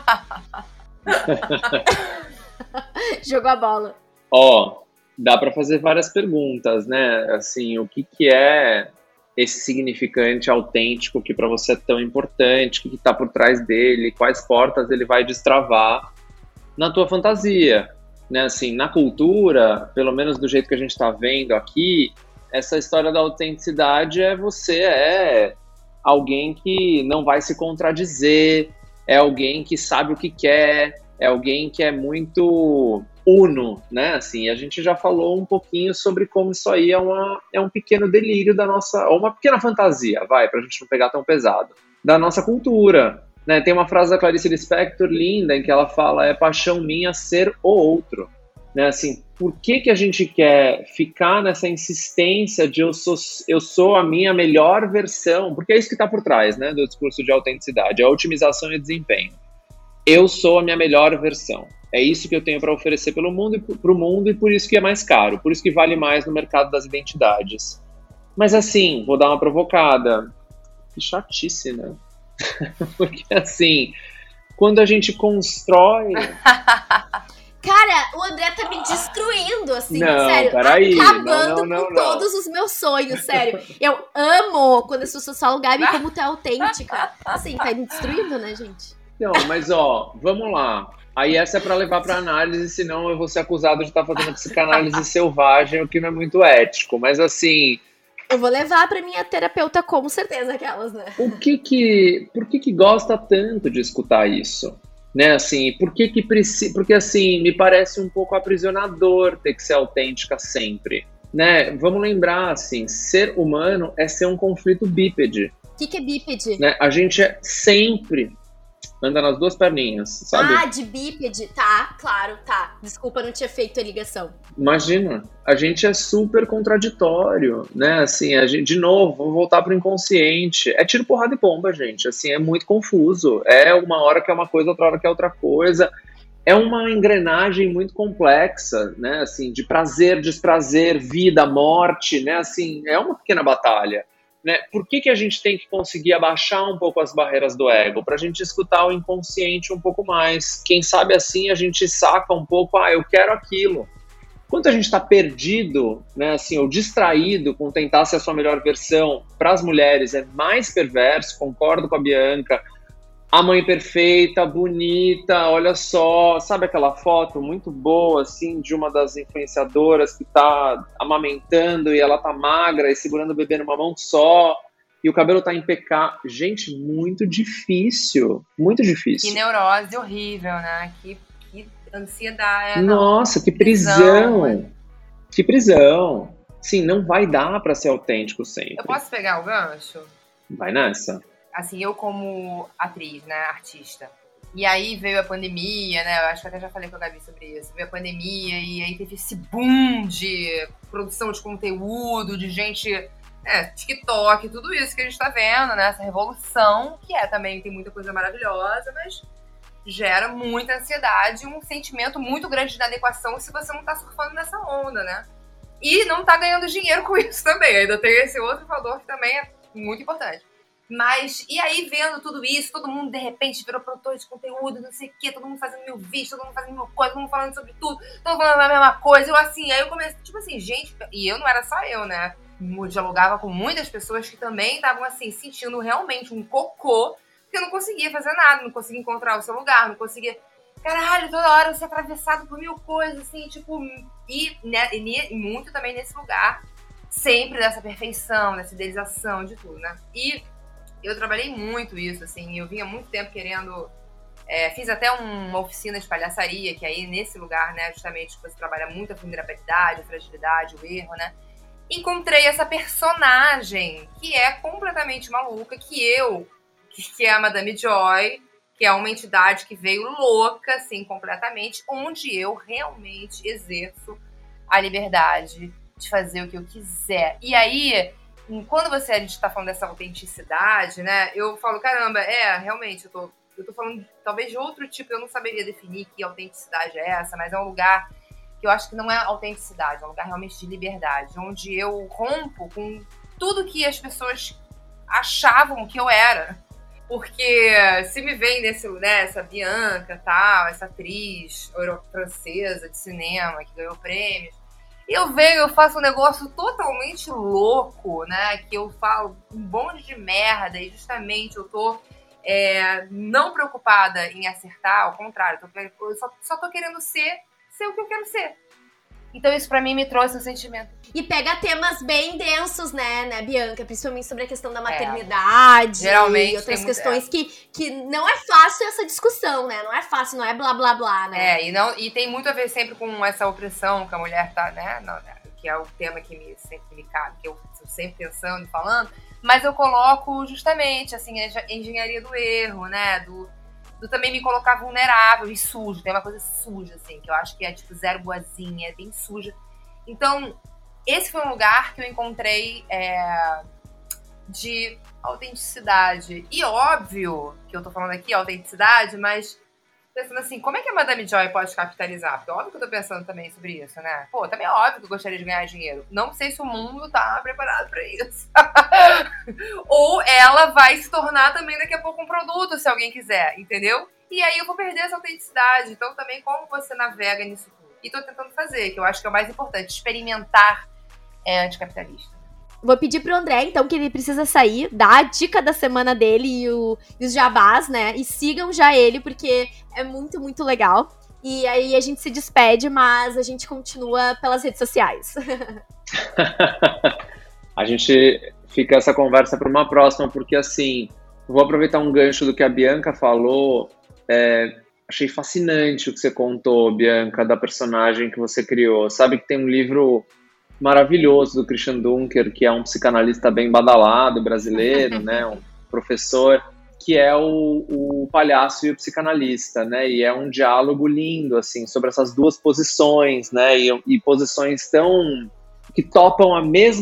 Jogou a bola. Dá pra fazer várias perguntas, né? Assim, o que é esse significante autêntico que pra você é tão importante? O que tá por trás dele? Quais portas ele vai destravar na tua fantasia? Né, assim, na cultura, pelo menos do jeito que a gente está vendo aqui, essa história da autenticidade você é alguém que não vai se contradizer, é alguém que sabe o que quer, é alguém que é muito uno, né? Assim, a gente já falou um pouquinho sobre como isso aí é um pequeno delírio da nossa, ou uma pequena fantasia, pra gente não pegar tão pesado, da nossa cultura. Né, tem uma frase da Clarice Lispector linda em que ela fala, é paixão minha ser o outro. Né, assim, por que a gente quer ficar nessa insistência de eu sou a minha melhor versão? Porque é isso que está por trás, né, do discurso de autenticidade, a otimização e desempenho. Eu sou a minha melhor versão. é isso que eu tenho para oferecer pro mundo e por isso que é mais caro, por isso que vale mais no mercado das identidades. Mas assim, vou dar uma provocada. Que chatice, né? Porque assim, quando a gente constrói... Cara, o André tá me destruindo, assim, não, sério. Peraí. Acabando com todos os meus sonhos, sério. Eu amo quando as pessoas falam, Gabi, como tu é autêntica. Assim, tá me destruindo, né, gente? Não, mas ó, vamos lá. Aí essa é pra levar pra análise, senão eu vou ser acusado de estar fazendo psicanálise selvagem, o que não é muito ético. Mas assim... Eu vou levar pra minha terapeuta, com certeza, aquelas, né? Por que gosta tanto de escutar isso? Né, assim, porque assim, me parece um pouco aprisionador ter que ser autêntica sempre, né? Vamos lembrar, assim, ser humano é ser um conflito bípede. O que é bípede? Né? A gente sempre anda nas duas perninhas, sabe? Ah, de bípede, tá, claro, tá. Desculpa, não tinha feito a ligação. Imagina, a gente é super contraditório, né? Assim, a gente, de novo, vamos voltar pro inconsciente. É tiro, porrada e bomba, gente. Assim, é muito confuso. É uma hora que é uma coisa, outra hora que é outra coisa. É uma engrenagem muito complexa, né? Assim, de prazer, desprazer, vida, morte, né? Assim, é uma pequena batalha. Né? Por que a gente tem que conseguir abaixar um pouco as barreiras do ego? Para a gente escutar o inconsciente um pouco mais. Quem sabe assim a gente saca um pouco, eu quero aquilo. Quando a gente está perdido, né, assim, ou distraído com tentar ser a sua melhor versão, para as mulheres é mais perverso, concordo com a Bianca. A mãe perfeita, bonita, olha só, sabe aquela foto muito boa, assim, de uma das influenciadoras que tá amamentando e ela tá magra e segurando o bebê numa mão só e o cabelo tá impecável. Gente, muito difícil, muito difícil. Que neurose horrível, né? Que ansiedade. Nossa, que prisão! Que prisão! Sim, não vai dar pra ser autêntico sempre. Eu posso pegar o gancho? Vai nessa. Assim, eu como atriz, né, artista. E aí veio a pandemia, né, eu acho que até já falei com a Gabi sobre isso. Veio a pandemia e aí teve esse boom de produção de conteúdo, de gente, TikTok, tudo isso que a gente tá vendo, né, essa revolução, que também tem muita coisa maravilhosa, mas gera muita ansiedade e um sentimento muito grande de inadequação se você não tá surfando nessa onda, né. E não tá ganhando dinheiro com isso também, ainda tem esse outro fator que também é muito importante. Mas, e aí vendo tudo isso, todo mundo de repente virou produtor de conteúdo, não sei o quê, todo mundo fazendo mil vídeos, todo mundo fazendo mil coisas, todo mundo falando sobre tudo, todo mundo falando a mesma coisa. Eu assim, aí eu comecei, tipo assim, gente, e eu não era só eu, né? Eu dialogava com muitas pessoas que também estavam assim, sentindo realmente um cocô, porque eu não conseguia fazer nada, não conseguia encontrar o seu lugar, não conseguia. Caralho, toda hora você é atravessado por mil coisas, assim, tipo, e muito também nesse lugar, sempre dessa perfeição, dessa idealização de tudo, né? E eu trabalhei muito isso, assim, eu vinha muito tempo querendo... fiz até uma oficina de palhaçaria, que aí nesse lugar, né, justamente, você trabalha muito a vulnerabilidade, a fragilidade, o erro, né? Encontrei essa personagem que é completamente maluca, que é a Madame Joy, que é uma entidade que veio louca, assim, completamente, onde eu realmente exerço a liberdade de fazer o que eu quiser. E aí... Quando a gente tá falando dessa autenticidade, né, eu falo, caramba, realmente, eu tô falando talvez de outro tipo, eu não saberia definir que autenticidade é essa, mas é um lugar que eu acho que não é autenticidade, é um lugar realmente de liberdade, onde eu rompo com tudo que as pessoas achavam que eu era. Porque se me vem essa Bianca, tal, essa atriz francesa de cinema que ganhou prêmios, eu faço um negócio totalmente louco, né? Que eu falo um monte de merda e justamente eu tô não preocupada em acertar, ao contrário, eu só tô querendo ser o que eu quero ser. Então isso pra mim me trouxe um sentimento. E pega temas bem densos, né, Bianca? Principalmente sobre a questão da maternidade. Geralmente e outras questões que não é fácil essa discussão, né? Não é fácil, não é blá, blá, blá, né? E tem muito a ver sempre com essa opressão que a mulher tá, né? Que é o tema que sempre me cabe, que eu estou sempre pensando e falando. Mas eu coloco justamente, assim, a engenharia do erro, né? Do também me colocar vulnerável e sujo. Tem uma coisa suja, assim, que eu acho que é tipo zero boazinha, é bem suja. Então, esse foi um lugar que eu encontrei de autenticidade. E óbvio que eu tô falando aqui autenticidade, mas pensando assim, como é que a Madame Joy pode capitalizar? Porque óbvio que eu tô pensando também sobre isso, né? Pô, também é óbvio que eu gostaria de ganhar dinheiro. Não sei se o mundo tá preparado pra isso. Ou ela vai se tornar também daqui a pouco um produto, se alguém quiser, entendeu? E aí eu vou perder essa autenticidade. Então também como você navega nisso tudo? E tô tentando fazer, que eu acho que é o mais importante. Experimentar é anticapitalista. Vou pedir pro André, então, que ele precisa sair, dar a dica da semana dele e os jabás, né? E sigam já ele, porque é muito, muito legal. E aí a gente se despede, mas a gente continua pelas redes sociais. A gente fica essa conversa para uma próxima, porque assim, vou aproveitar um gancho do que a Bianca falou. Achei fascinante o que você contou, Bianca, da personagem que você criou. Sabe que tem um livro maravilhoso do Christian Dunker, que é um psicanalista bem badalado, brasileiro, né, um professor, que é o palhaço e o psicanalista, né, e é um diálogo lindo, assim, sobre essas duas posições, né, e posições tão que topam a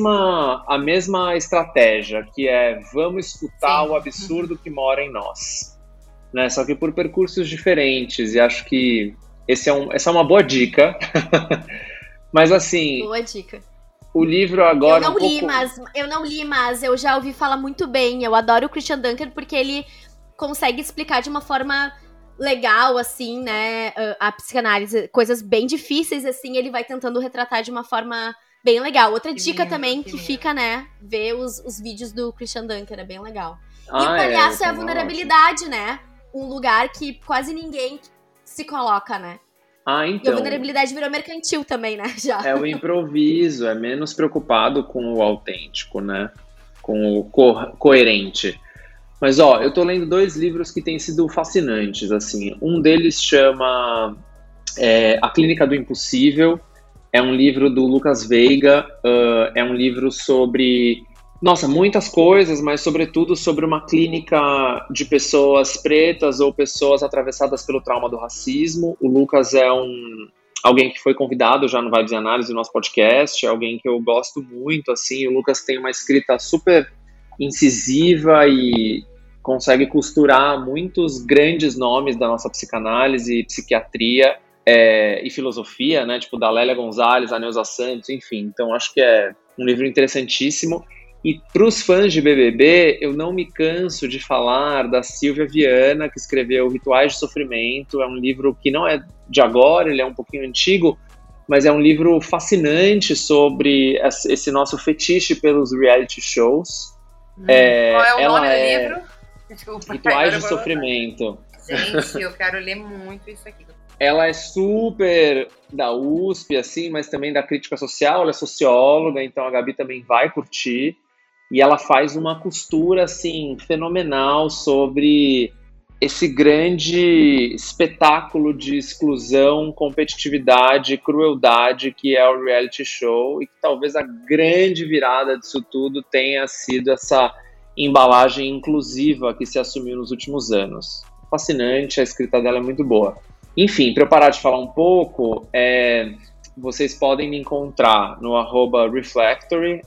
mesma estratégia, que é vamos escutar o absurdo que mora em nós, né, só que por percursos diferentes, e acho que essa é uma boa dica. Mas assim... Boa dica. O livro agora... Eu não li, mas eu já ouvi falar muito bem. Eu adoro o Christian Dunker porque ele consegue explicar de uma forma legal, assim, né? A psicanálise, coisas bem difíceis, assim, ele vai tentando retratar de uma forma bem legal. Outra dica também que fica, né? Ver os vídeos do Christian Dunker, é bem legal. E o palhaço é a vulnerabilidade, né? Um lugar que quase ninguém se coloca, né? Então. E a vulnerabilidade virou mercantil também, né? Já. É o improviso, é menos preocupado com o autêntico, né? Com o coerente. Mas, eu tô lendo 2 livros que têm sido fascinantes, assim. Um deles chama A Clínica do Impossível. É um livro do Lucas Veiga. É um livro sobre... Nossa, muitas coisas, mas sobretudo sobre uma clínica de pessoas pretas ou pessoas atravessadas pelo trauma do racismo. O Lucas é alguém que foi convidado já no Vibes e Análise, no nosso podcast, é alguém que eu gosto muito, assim. O Lucas tem uma escrita super incisiva e consegue costurar muitos grandes nomes da nossa psicanálise, psiquiatria e filosofia, né? Tipo da Lélia Gonzalez, a Neuza Santos, enfim. Então acho que é um livro interessantíssimo. E para os fãs de BBB, eu não me canso de falar da Silvia Viana, que escreveu Rituais de Sofrimento. É um livro que não é de agora, ele é um pouquinho antigo, mas é um livro fascinante sobre esse nosso fetiche pelos reality shows. Qual é o nome do livro? Desculpa. Rituais de Sofrimento. Gente, eu quero ler muito isso aqui. Ela é super da USP, assim, mas também da crítica social. Ela é socióloga, então a Gabi também vai curtir. E ela faz uma costura, assim, fenomenal sobre esse grande espetáculo de exclusão, competitividade, crueldade que é o reality show, e que talvez a grande virada disso tudo tenha sido essa embalagem inclusiva que se assumiu nos últimos anos. Fascinante, a escrita dela é muito boa. Enfim, para eu parar de falar um pouco, vocês podem me encontrar no @Reflectory,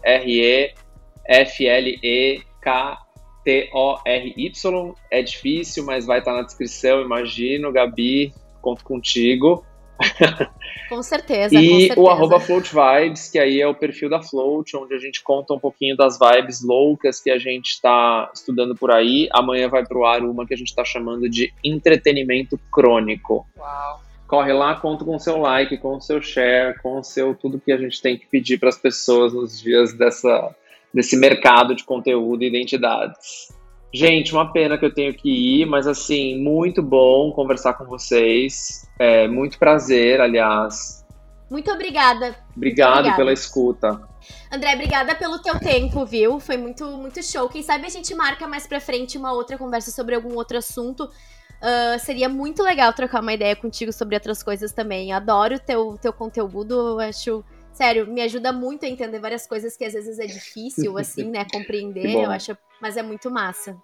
REFLEKTORY. É difícil, mas vai estar na descrição, imagino. Gabi, conto contigo. Com certeza, e o @FloatVibes, que aí é o perfil da Float, onde a gente conta um pouquinho das vibes loucas que a gente está estudando por aí. Amanhã vai pro ar uma que a gente está chamando de entretenimento crônico. Uau. Corre lá, conta com o seu like, com o seu share, com o seu tudo que a gente tem que pedir para as pessoas nos dias desse mercado de conteúdo e identidades. Gente, uma pena que eu tenho que ir, mas assim, muito bom conversar com vocês. Muito prazer, aliás. Muito obrigada. Obrigado pela escuta. André, obrigada pelo teu tempo, viu? Foi muito, muito show. Quem sabe a gente marca mais pra frente uma outra conversa sobre algum outro assunto. Seria muito legal trocar uma ideia contigo sobre outras coisas também. Eu adoro o teu conteúdo, eu acho... Sério, me ajuda muito a entender várias coisas que às vezes é difícil, assim, né, compreender, eu acho, mas é muito massa.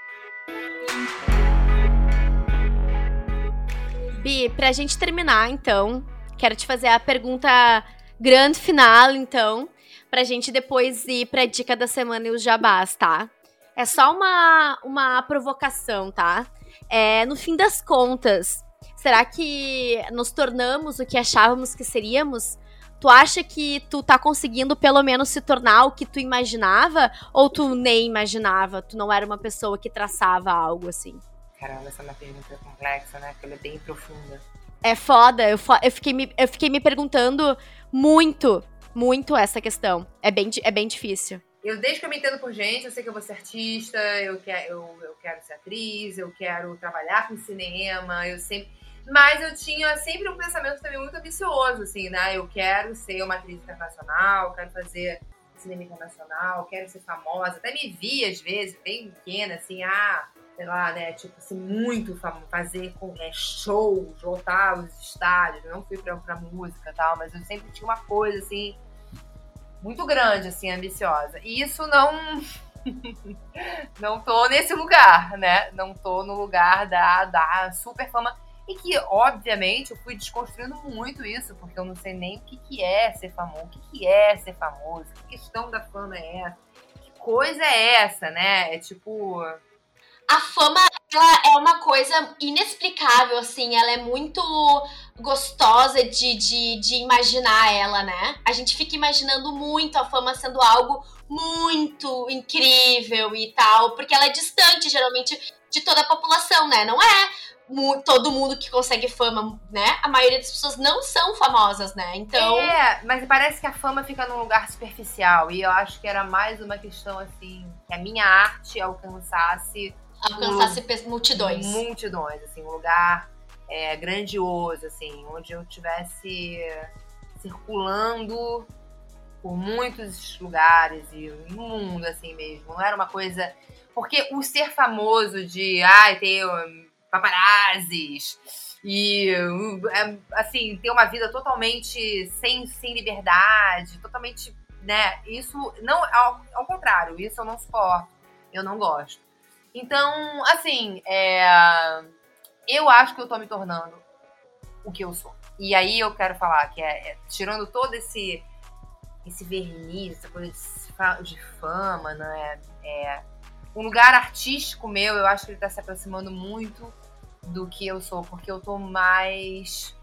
Bi, pra gente terminar, então, quero te fazer a pergunta grande final, então, pra gente depois ir pra dica da semana e os jabás, tá? É só uma provocação, tá? No fim das contas, Será que nos tornamos o que achávamos que seríamos? Tu acha que tu tá conseguindo pelo menos se tornar o que tu imaginava? Ou tu nem imaginava? Tu não era uma pessoa que traçava algo assim? Caramba, essa é uma pergunta complexa, né? Porque ela é bem profunda. É foda. Eu fiquei me perguntando muito essa questão. É bem difícil. Desde que eu me entendo por gente, eu sei que eu vou ser artista, eu quero ser atriz, eu quero trabalhar com cinema, Mas eu tinha sempre um pensamento também muito ambicioso, assim, né? Eu quero ser uma atriz internacional, quero fazer cinema internacional, quero ser famosa. Até me vi, às vezes, bem pequena, assim, sei lá, né? Tipo, assim, muito famosa, fazer shows, lotar os estádios. Não fui pra música e tal, mas eu sempre tinha uma coisa, assim, muito grande, assim, ambiciosa. E isso não tô nesse lugar, né? Não tô no lugar da super fama. E que, obviamente, eu fui desconstruindo muito isso, porque eu não sei nem o que é ser famoso, o que é ser famoso, que questão da fama é essa, que coisa é essa, né? É tipo... A fama, ela é uma coisa inexplicável, assim, ela é muito gostosa de imaginar ela, né? A gente fica imaginando muito a fama sendo algo muito incrível e tal, porque ela é distante, geralmente, de toda a população, né? Não é todo mundo que consegue fama, né? A maioria das pessoas não são famosas, né? Então... mas parece que a fama fica num lugar superficial, e eu acho que era mais uma questão, assim, que a minha arte alcançasse multidões. Multidões, assim, um lugar grandioso, assim, onde eu estivesse circulando por muitos lugares e no mundo, assim mesmo. Não era uma coisa... Porque o ser famoso de, ter paparazzis e, assim, ter uma vida totalmente sem liberdade, totalmente, né? Isso, não, ao contrário, isso eu não suporto, eu não gosto. Então, assim, eu acho que eu tô me tornando o que eu sou. E aí eu quero falar que tirando todo esse verniz, essa coisa de fama, né? Um lugar artístico meu, eu acho que ele tá se aproximando muito do que eu sou, porque eu tô mais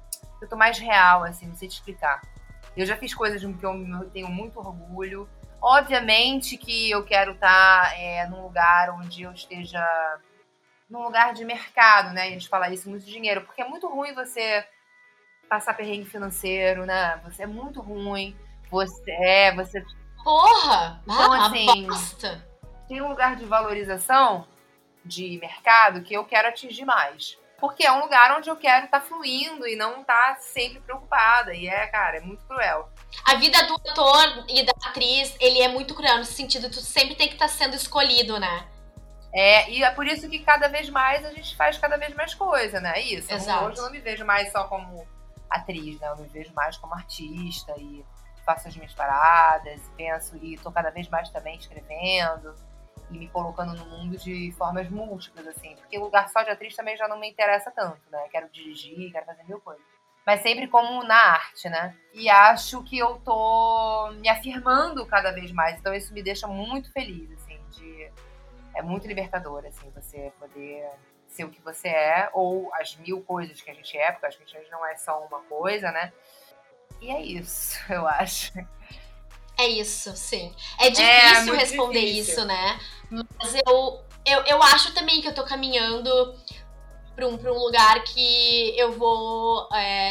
real, assim, não sei te explicar. Eu já fiz coisas que eu tenho muito orgulho. Obviamente que eu quero estar num lugar onde eu esteja num lugar de mercado, né? A gente fala isso, muito dinheiro, porque é muito ruim você passar perrengue financeiro, né? É muito ruim. Você... Porra! Então, assim, bosta. Tem um lugar de valorização de mercado que eu quero atingir mais. Porque é um lugar onde eu quero estar fluindo e não estar sempre preocupada. E cara, é muito cruel. A vida do ator e da atriz, ele é muito cruel, no sentido que tu sempre tem que estar sendo escolhido, né? E é por isso que cada vez mais a gente faz cada vez mais coisa, né? Isso. Exato. Hoje eu não me vejo mais só como atriz, né? Eu me vejo mais como artista e faço as minhas paradas, penso e tô cada vez mais também escrevendo e me colocando no mundo de formas múltiplas, assim. Porque o lugar só de atriz também já não me interessa tanto, né? Quero dirigir, quero fazer mil coisas. Mas sempre como na arte, né? E acho que eu tô me afirmando cada vez mais. Então isso me deixa muito feliz, assim. É muito libertador, assim, você poder ser o que você é. Ou as mil coisas que a gente é, porque acho que a gente não é só uma coisa, né? E é isso, eu acho. É isso, sim. É difícil responder isso, né? Mas eu acho também que eu tô caminhando pra um lugar que eu vou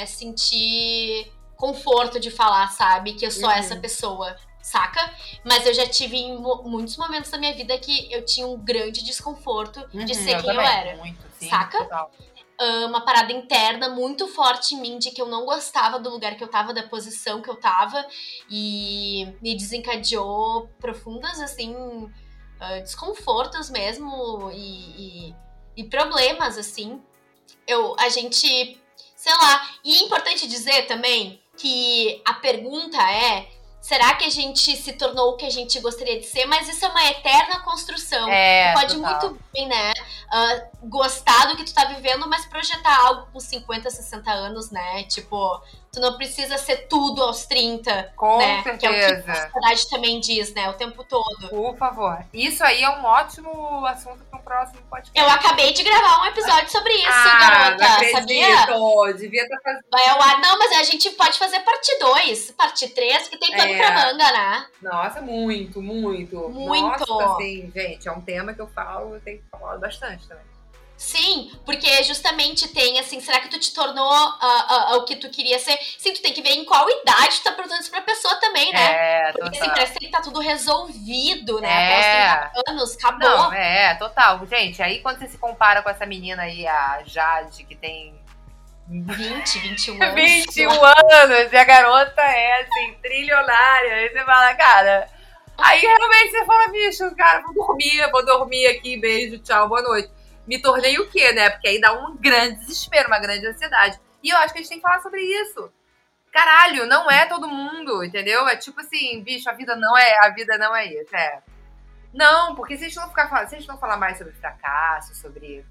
sentir conforto de falar, sabe? Que eu sou essa pessoa, saca? Mas eu já tive em muitos momentos da minha vida que eu tinha um grande desconforto de ser quem eu era. Muito, sim, saca? Total. Uma parada interna muito forte em mim de que eu não gostava do lugar que eu tava, da posição que eu tava, e me desencadeou profundas, assim, desconfortos mesmo e problemas, assim. A gente, sei lá, e é importante dizer também que a pergunta será que a gente se tornou o que a gente gostaria de ser? Mas isso é uma eterna construção. Pode total. muito bem, né? gostar do que tu tá vivendo, mas projetar algo com 50, 60 anos, né? Tipo, tu não precisa ser tudo aos 30, Com né? certeza. Que é o que a sociedade também diz, né? O tempo todo. Por favor. Isso aí é um ótimo assunto para um próximo podcast. Eu acabei de gravar um episódio sobre isso, não garota. acredito. Sabia? Devia estar fazendo. Vai ao ar. Não, mas a gente pode fazer parte 2, parte 3, que tem pano pra manga, né? Nossa, muito. Muito. Nossa, assim, gente, é um tema que eu falo, eu tenho que falar bastante também. Sim, porque justamente tem, assim, será que tu te tornou o que tu queria ser? Sim, tu tem que ver em qual idade tu tá perguntando isso pra pessoa também, né? Porque assim, parece que tá tudo resolvido, né? Até os 30 anos, acabou. Não, total. Gente, aí quando você se compara com essa menina aí, a Jade, que tem 20, 21 anos. 21 anos, e a garota é, assim, trilionária. Aí você fala, cara... Aí realmente você fala, bicho, cara, vou dormir aqui, beijo, tchau, boa noite. Me tornei o quê, né? Porque aí dá um grande desespero, uma grande ansiedade. E eu acho que a gente tem que falar sobre isso. Caralho, não é todo mundo, entendeu? É tipo assim, bicho, a vida não é isso. Não, porque se a gente não falar mais sobre fracasso, sobre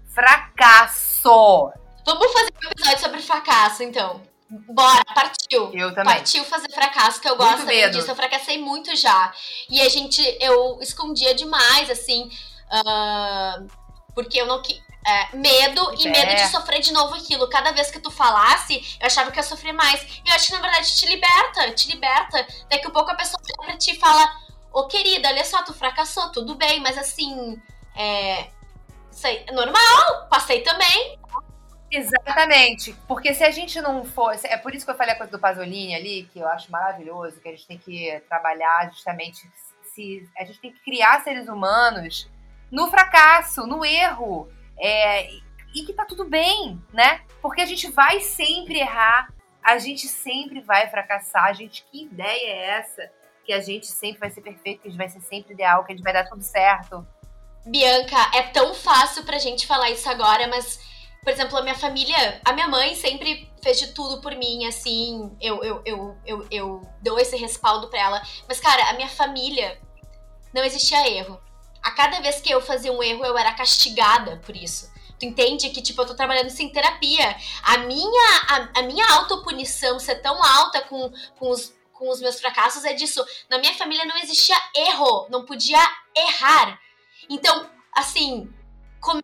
fracasso. Vamos fazer um episódio sobre fracasso, então. Bora, partiu. Eu também. Partiu fazer fracasso, que eu gosto também disso. Eu fracassei muito já. E eu escondia demais, assim... porque eu não... medo de sofrer de novo aquilo. Cada vez que tu falasse, eu achava que ia sofrer mais. E eu acho que, na verdade, te liberta. Daqui a pouco a pessoa olha pra ti e fala: ô, querida, olha só, tu fracassou, tudo bem, mas assim, isso aí é normal, passei também. Exatamente, porque se a gente não for... É por isso que eu falei a coisa do Pasolini ali, que eu acho maravilhoso, que a gente tem que trabalhar justamente... A gente tem que criar seres humanos no fracasso, no erro, e que tá tudo bem, né? Porque a gente vai sempre errar, a gente sempre vai fracassar. Que ideia é essa? Que a gente sempre vai ser perfeito, que a gente vai ser sempre ideal, que a gente vai dar tudo certo. Bianca, é tão fácil pra gente falar isso agora, mas... Por exemplo, a minha mãe sempre fez de tudo por mim, assim, eu dou esse respaldo pra ela. Mas, cara, a minha família, não existia erro. A cada vez que eu fazia um erro, eu era castigada por isso. Tu entende que, tipo, eu tô trabalhando isso em terapia. A minha autopunição ser tão alta com os meus fracassos é disso. Na minha família não existia erro, não podia errar. Então, assim, como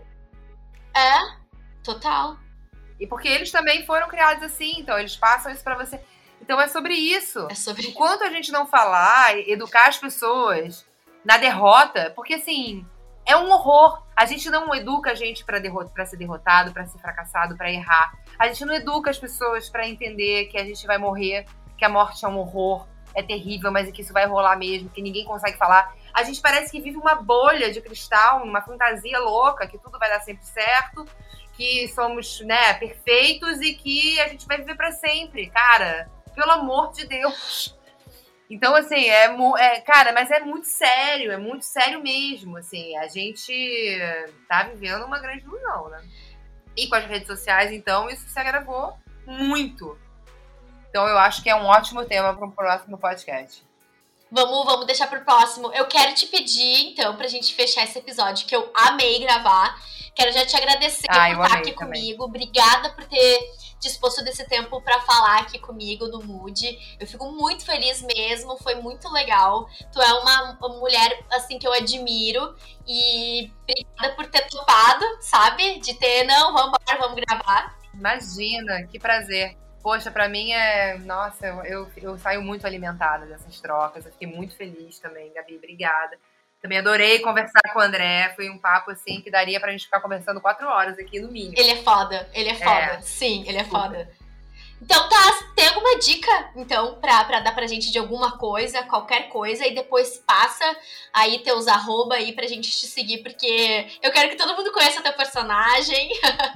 total. E porque eles também foram criados assim, então eles passam isso pra você. Então é sobre isso. Enquanto a gente não falar, educar as pessoas na derrota, porque assim, é um horror. A gente não educa a gente pra ser derrotado, pra ser fracassado, pra errar. A gente não educa as pessoas pra entender que a gente vai morrer, que a morte é um horror, é terrível, mas que isso vai rolar mesmo, que ninguém consegue falar. A gente parece que vive uma bolha de cristal, uma fantasia louca, que tudo vai dar sempre certo, que somos, né, perfeitos e que a gente vai viver pra sempre. Cara, pelo amor de Deus. Então, assim, cara, mas é muito sério mesmo, assim. A gente tá vivendo uma grande ilusão, né? E com as redes sociais, então, isso se agravou muito. Então, eu acho que é um ótimo tema para um próximo podcast. Vamos deixar pro próximo. Eu quero te pedir, então, pra gente fechar esse episódio, que eu amei gravar. Quero já te agradecer por estar aqui comigo. Obrigada por ter disposto desse tempo pra falar aqui comigo no Mood. Eu fico muito feliz mesmo, foi muito legal. Tu é uma mulher, assim, que eu admiro. E obrigada por ter topado, sabe? De ter, vamos gravar. Imagina, que prazer. Poxa, pra mim Nossa, eu saio muito alimentada dessas trocas. Eu fiquei muito feliz também, Gabi. Obrigada. Também adorei conversar com o André. Foi um papo, assim, que daria pra gente ficar conversando 4 horas aqui, no mínimo. Ele é foda. Sim, ele é foda. Então, tá. Tem alguma dica, então, pra dar pra gente de alguma coisa, qualquer coisa, e depois passa aí teus @ aí pra gente te seguir, porque eu quero que todo mundo conheça teu personagem.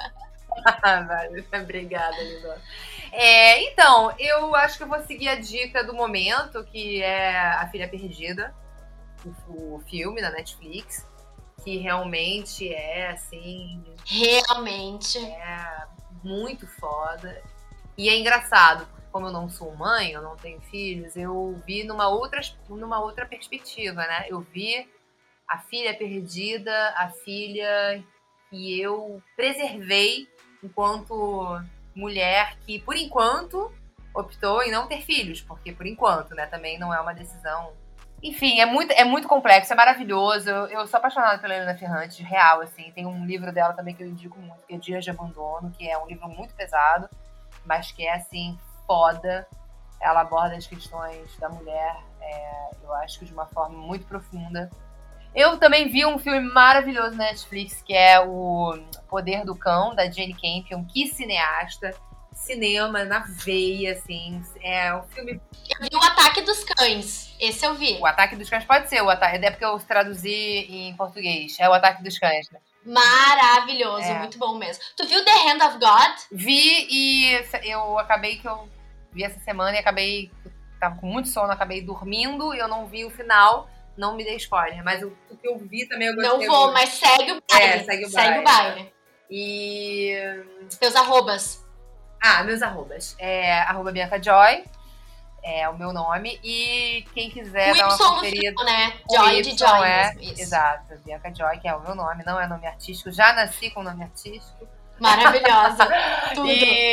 Obrigada, Lindona. Então, eu acho que eu vou seguir a dica do momento, que é A Filha Perdida, o filme da Netflix, que realmente é, assim... Realmente. É muito foda. E é engraçado, porque como eu não sou mãe, eu não tenho filhos, eu vi numa outra perspectiva, né? Eu vi a filha perdida, a filha que eu preservei enquanto mulher que, por enquanto, optou em não ter filhos, porque por enquanto, né, também não é uma decisão. Enfim, é muito complexo, é maravilhoso. Eu sou apaixonada pela Helena Ferrante, real, assim. Tem um livro dela também que eu indico muito, que é Dias de Abandono, que é um livro muito pesado, mas que é, assim, foda. Ela aborda as questões da mulher, eu acho que de uma forma muito profunda. Eu também vi um filme maravilhoso na Netflix, que é o Poder do Cão, da Jane Campion. Que cineasta. Cinema na veia, assim. É um filme... Eu vi o Ataque dos Cães. Esse eu vi. O Ataque dos Cães pode ser o Ataque. É porque eu traduzi em português. É o Ataque dos Cães, né? Maravilhoso, muito bom mesmo. Tu viu The Hand of God? Vi e eu vi essa semana e acabei... Tava com muito sono, acabei dormindo. Eu não vi o final, não me dei spoiler. Mas o que eu vi também eu gostei. Não vou, mas segue o baile. Segue o baile. E... Teus arrobas. Meus arrobas. @Bianca Joy. É o meu nome. E quem quiser dar uma conferida... No final, né? Joy de Joy mesmo. Isso. Exato. Bianca Joy, que é o meu nome. Não é nome artístico. Já nasci com nome artístico. Maravilhosa. Tudo.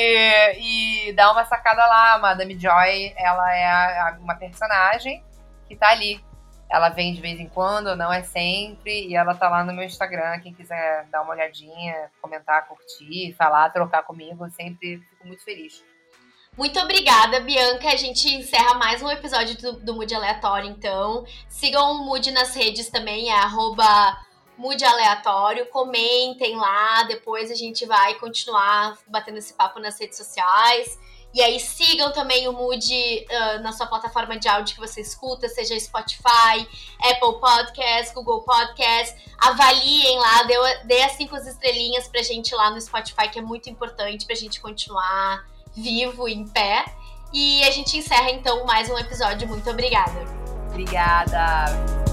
E dá uma sacada lá. A Madame Joy, ela é uma personagem que tá ali. Ela vem de vez em quando, não é sempre, e ela tá lá no meu Instagram. Quem quiser dar uma olhadinha, comentar, curtir, falar, trocar comigo, eu sempre fico muito feliz. Muito obrigada, Bianca. A gente encerra mais um episódio do Mood Aleatório, então. Sigam o Mood nas redes também, @Mood Aleatório. Comentem lá, depois a gente vai continuar batendo esse papo nas redes sociais. E aí sigam também o Mood na sua plataforma de áudio que você escuta, seja Spotify, Apple Podcasts, Google Podcasts. Avaliem lá, dê as 5 estrelinhas pra gente lá no Spotify, que é muito importante pra gente continuar vivo e em pé. E a gente encerra então mais um episódio. Muito obrigada. Obrigada.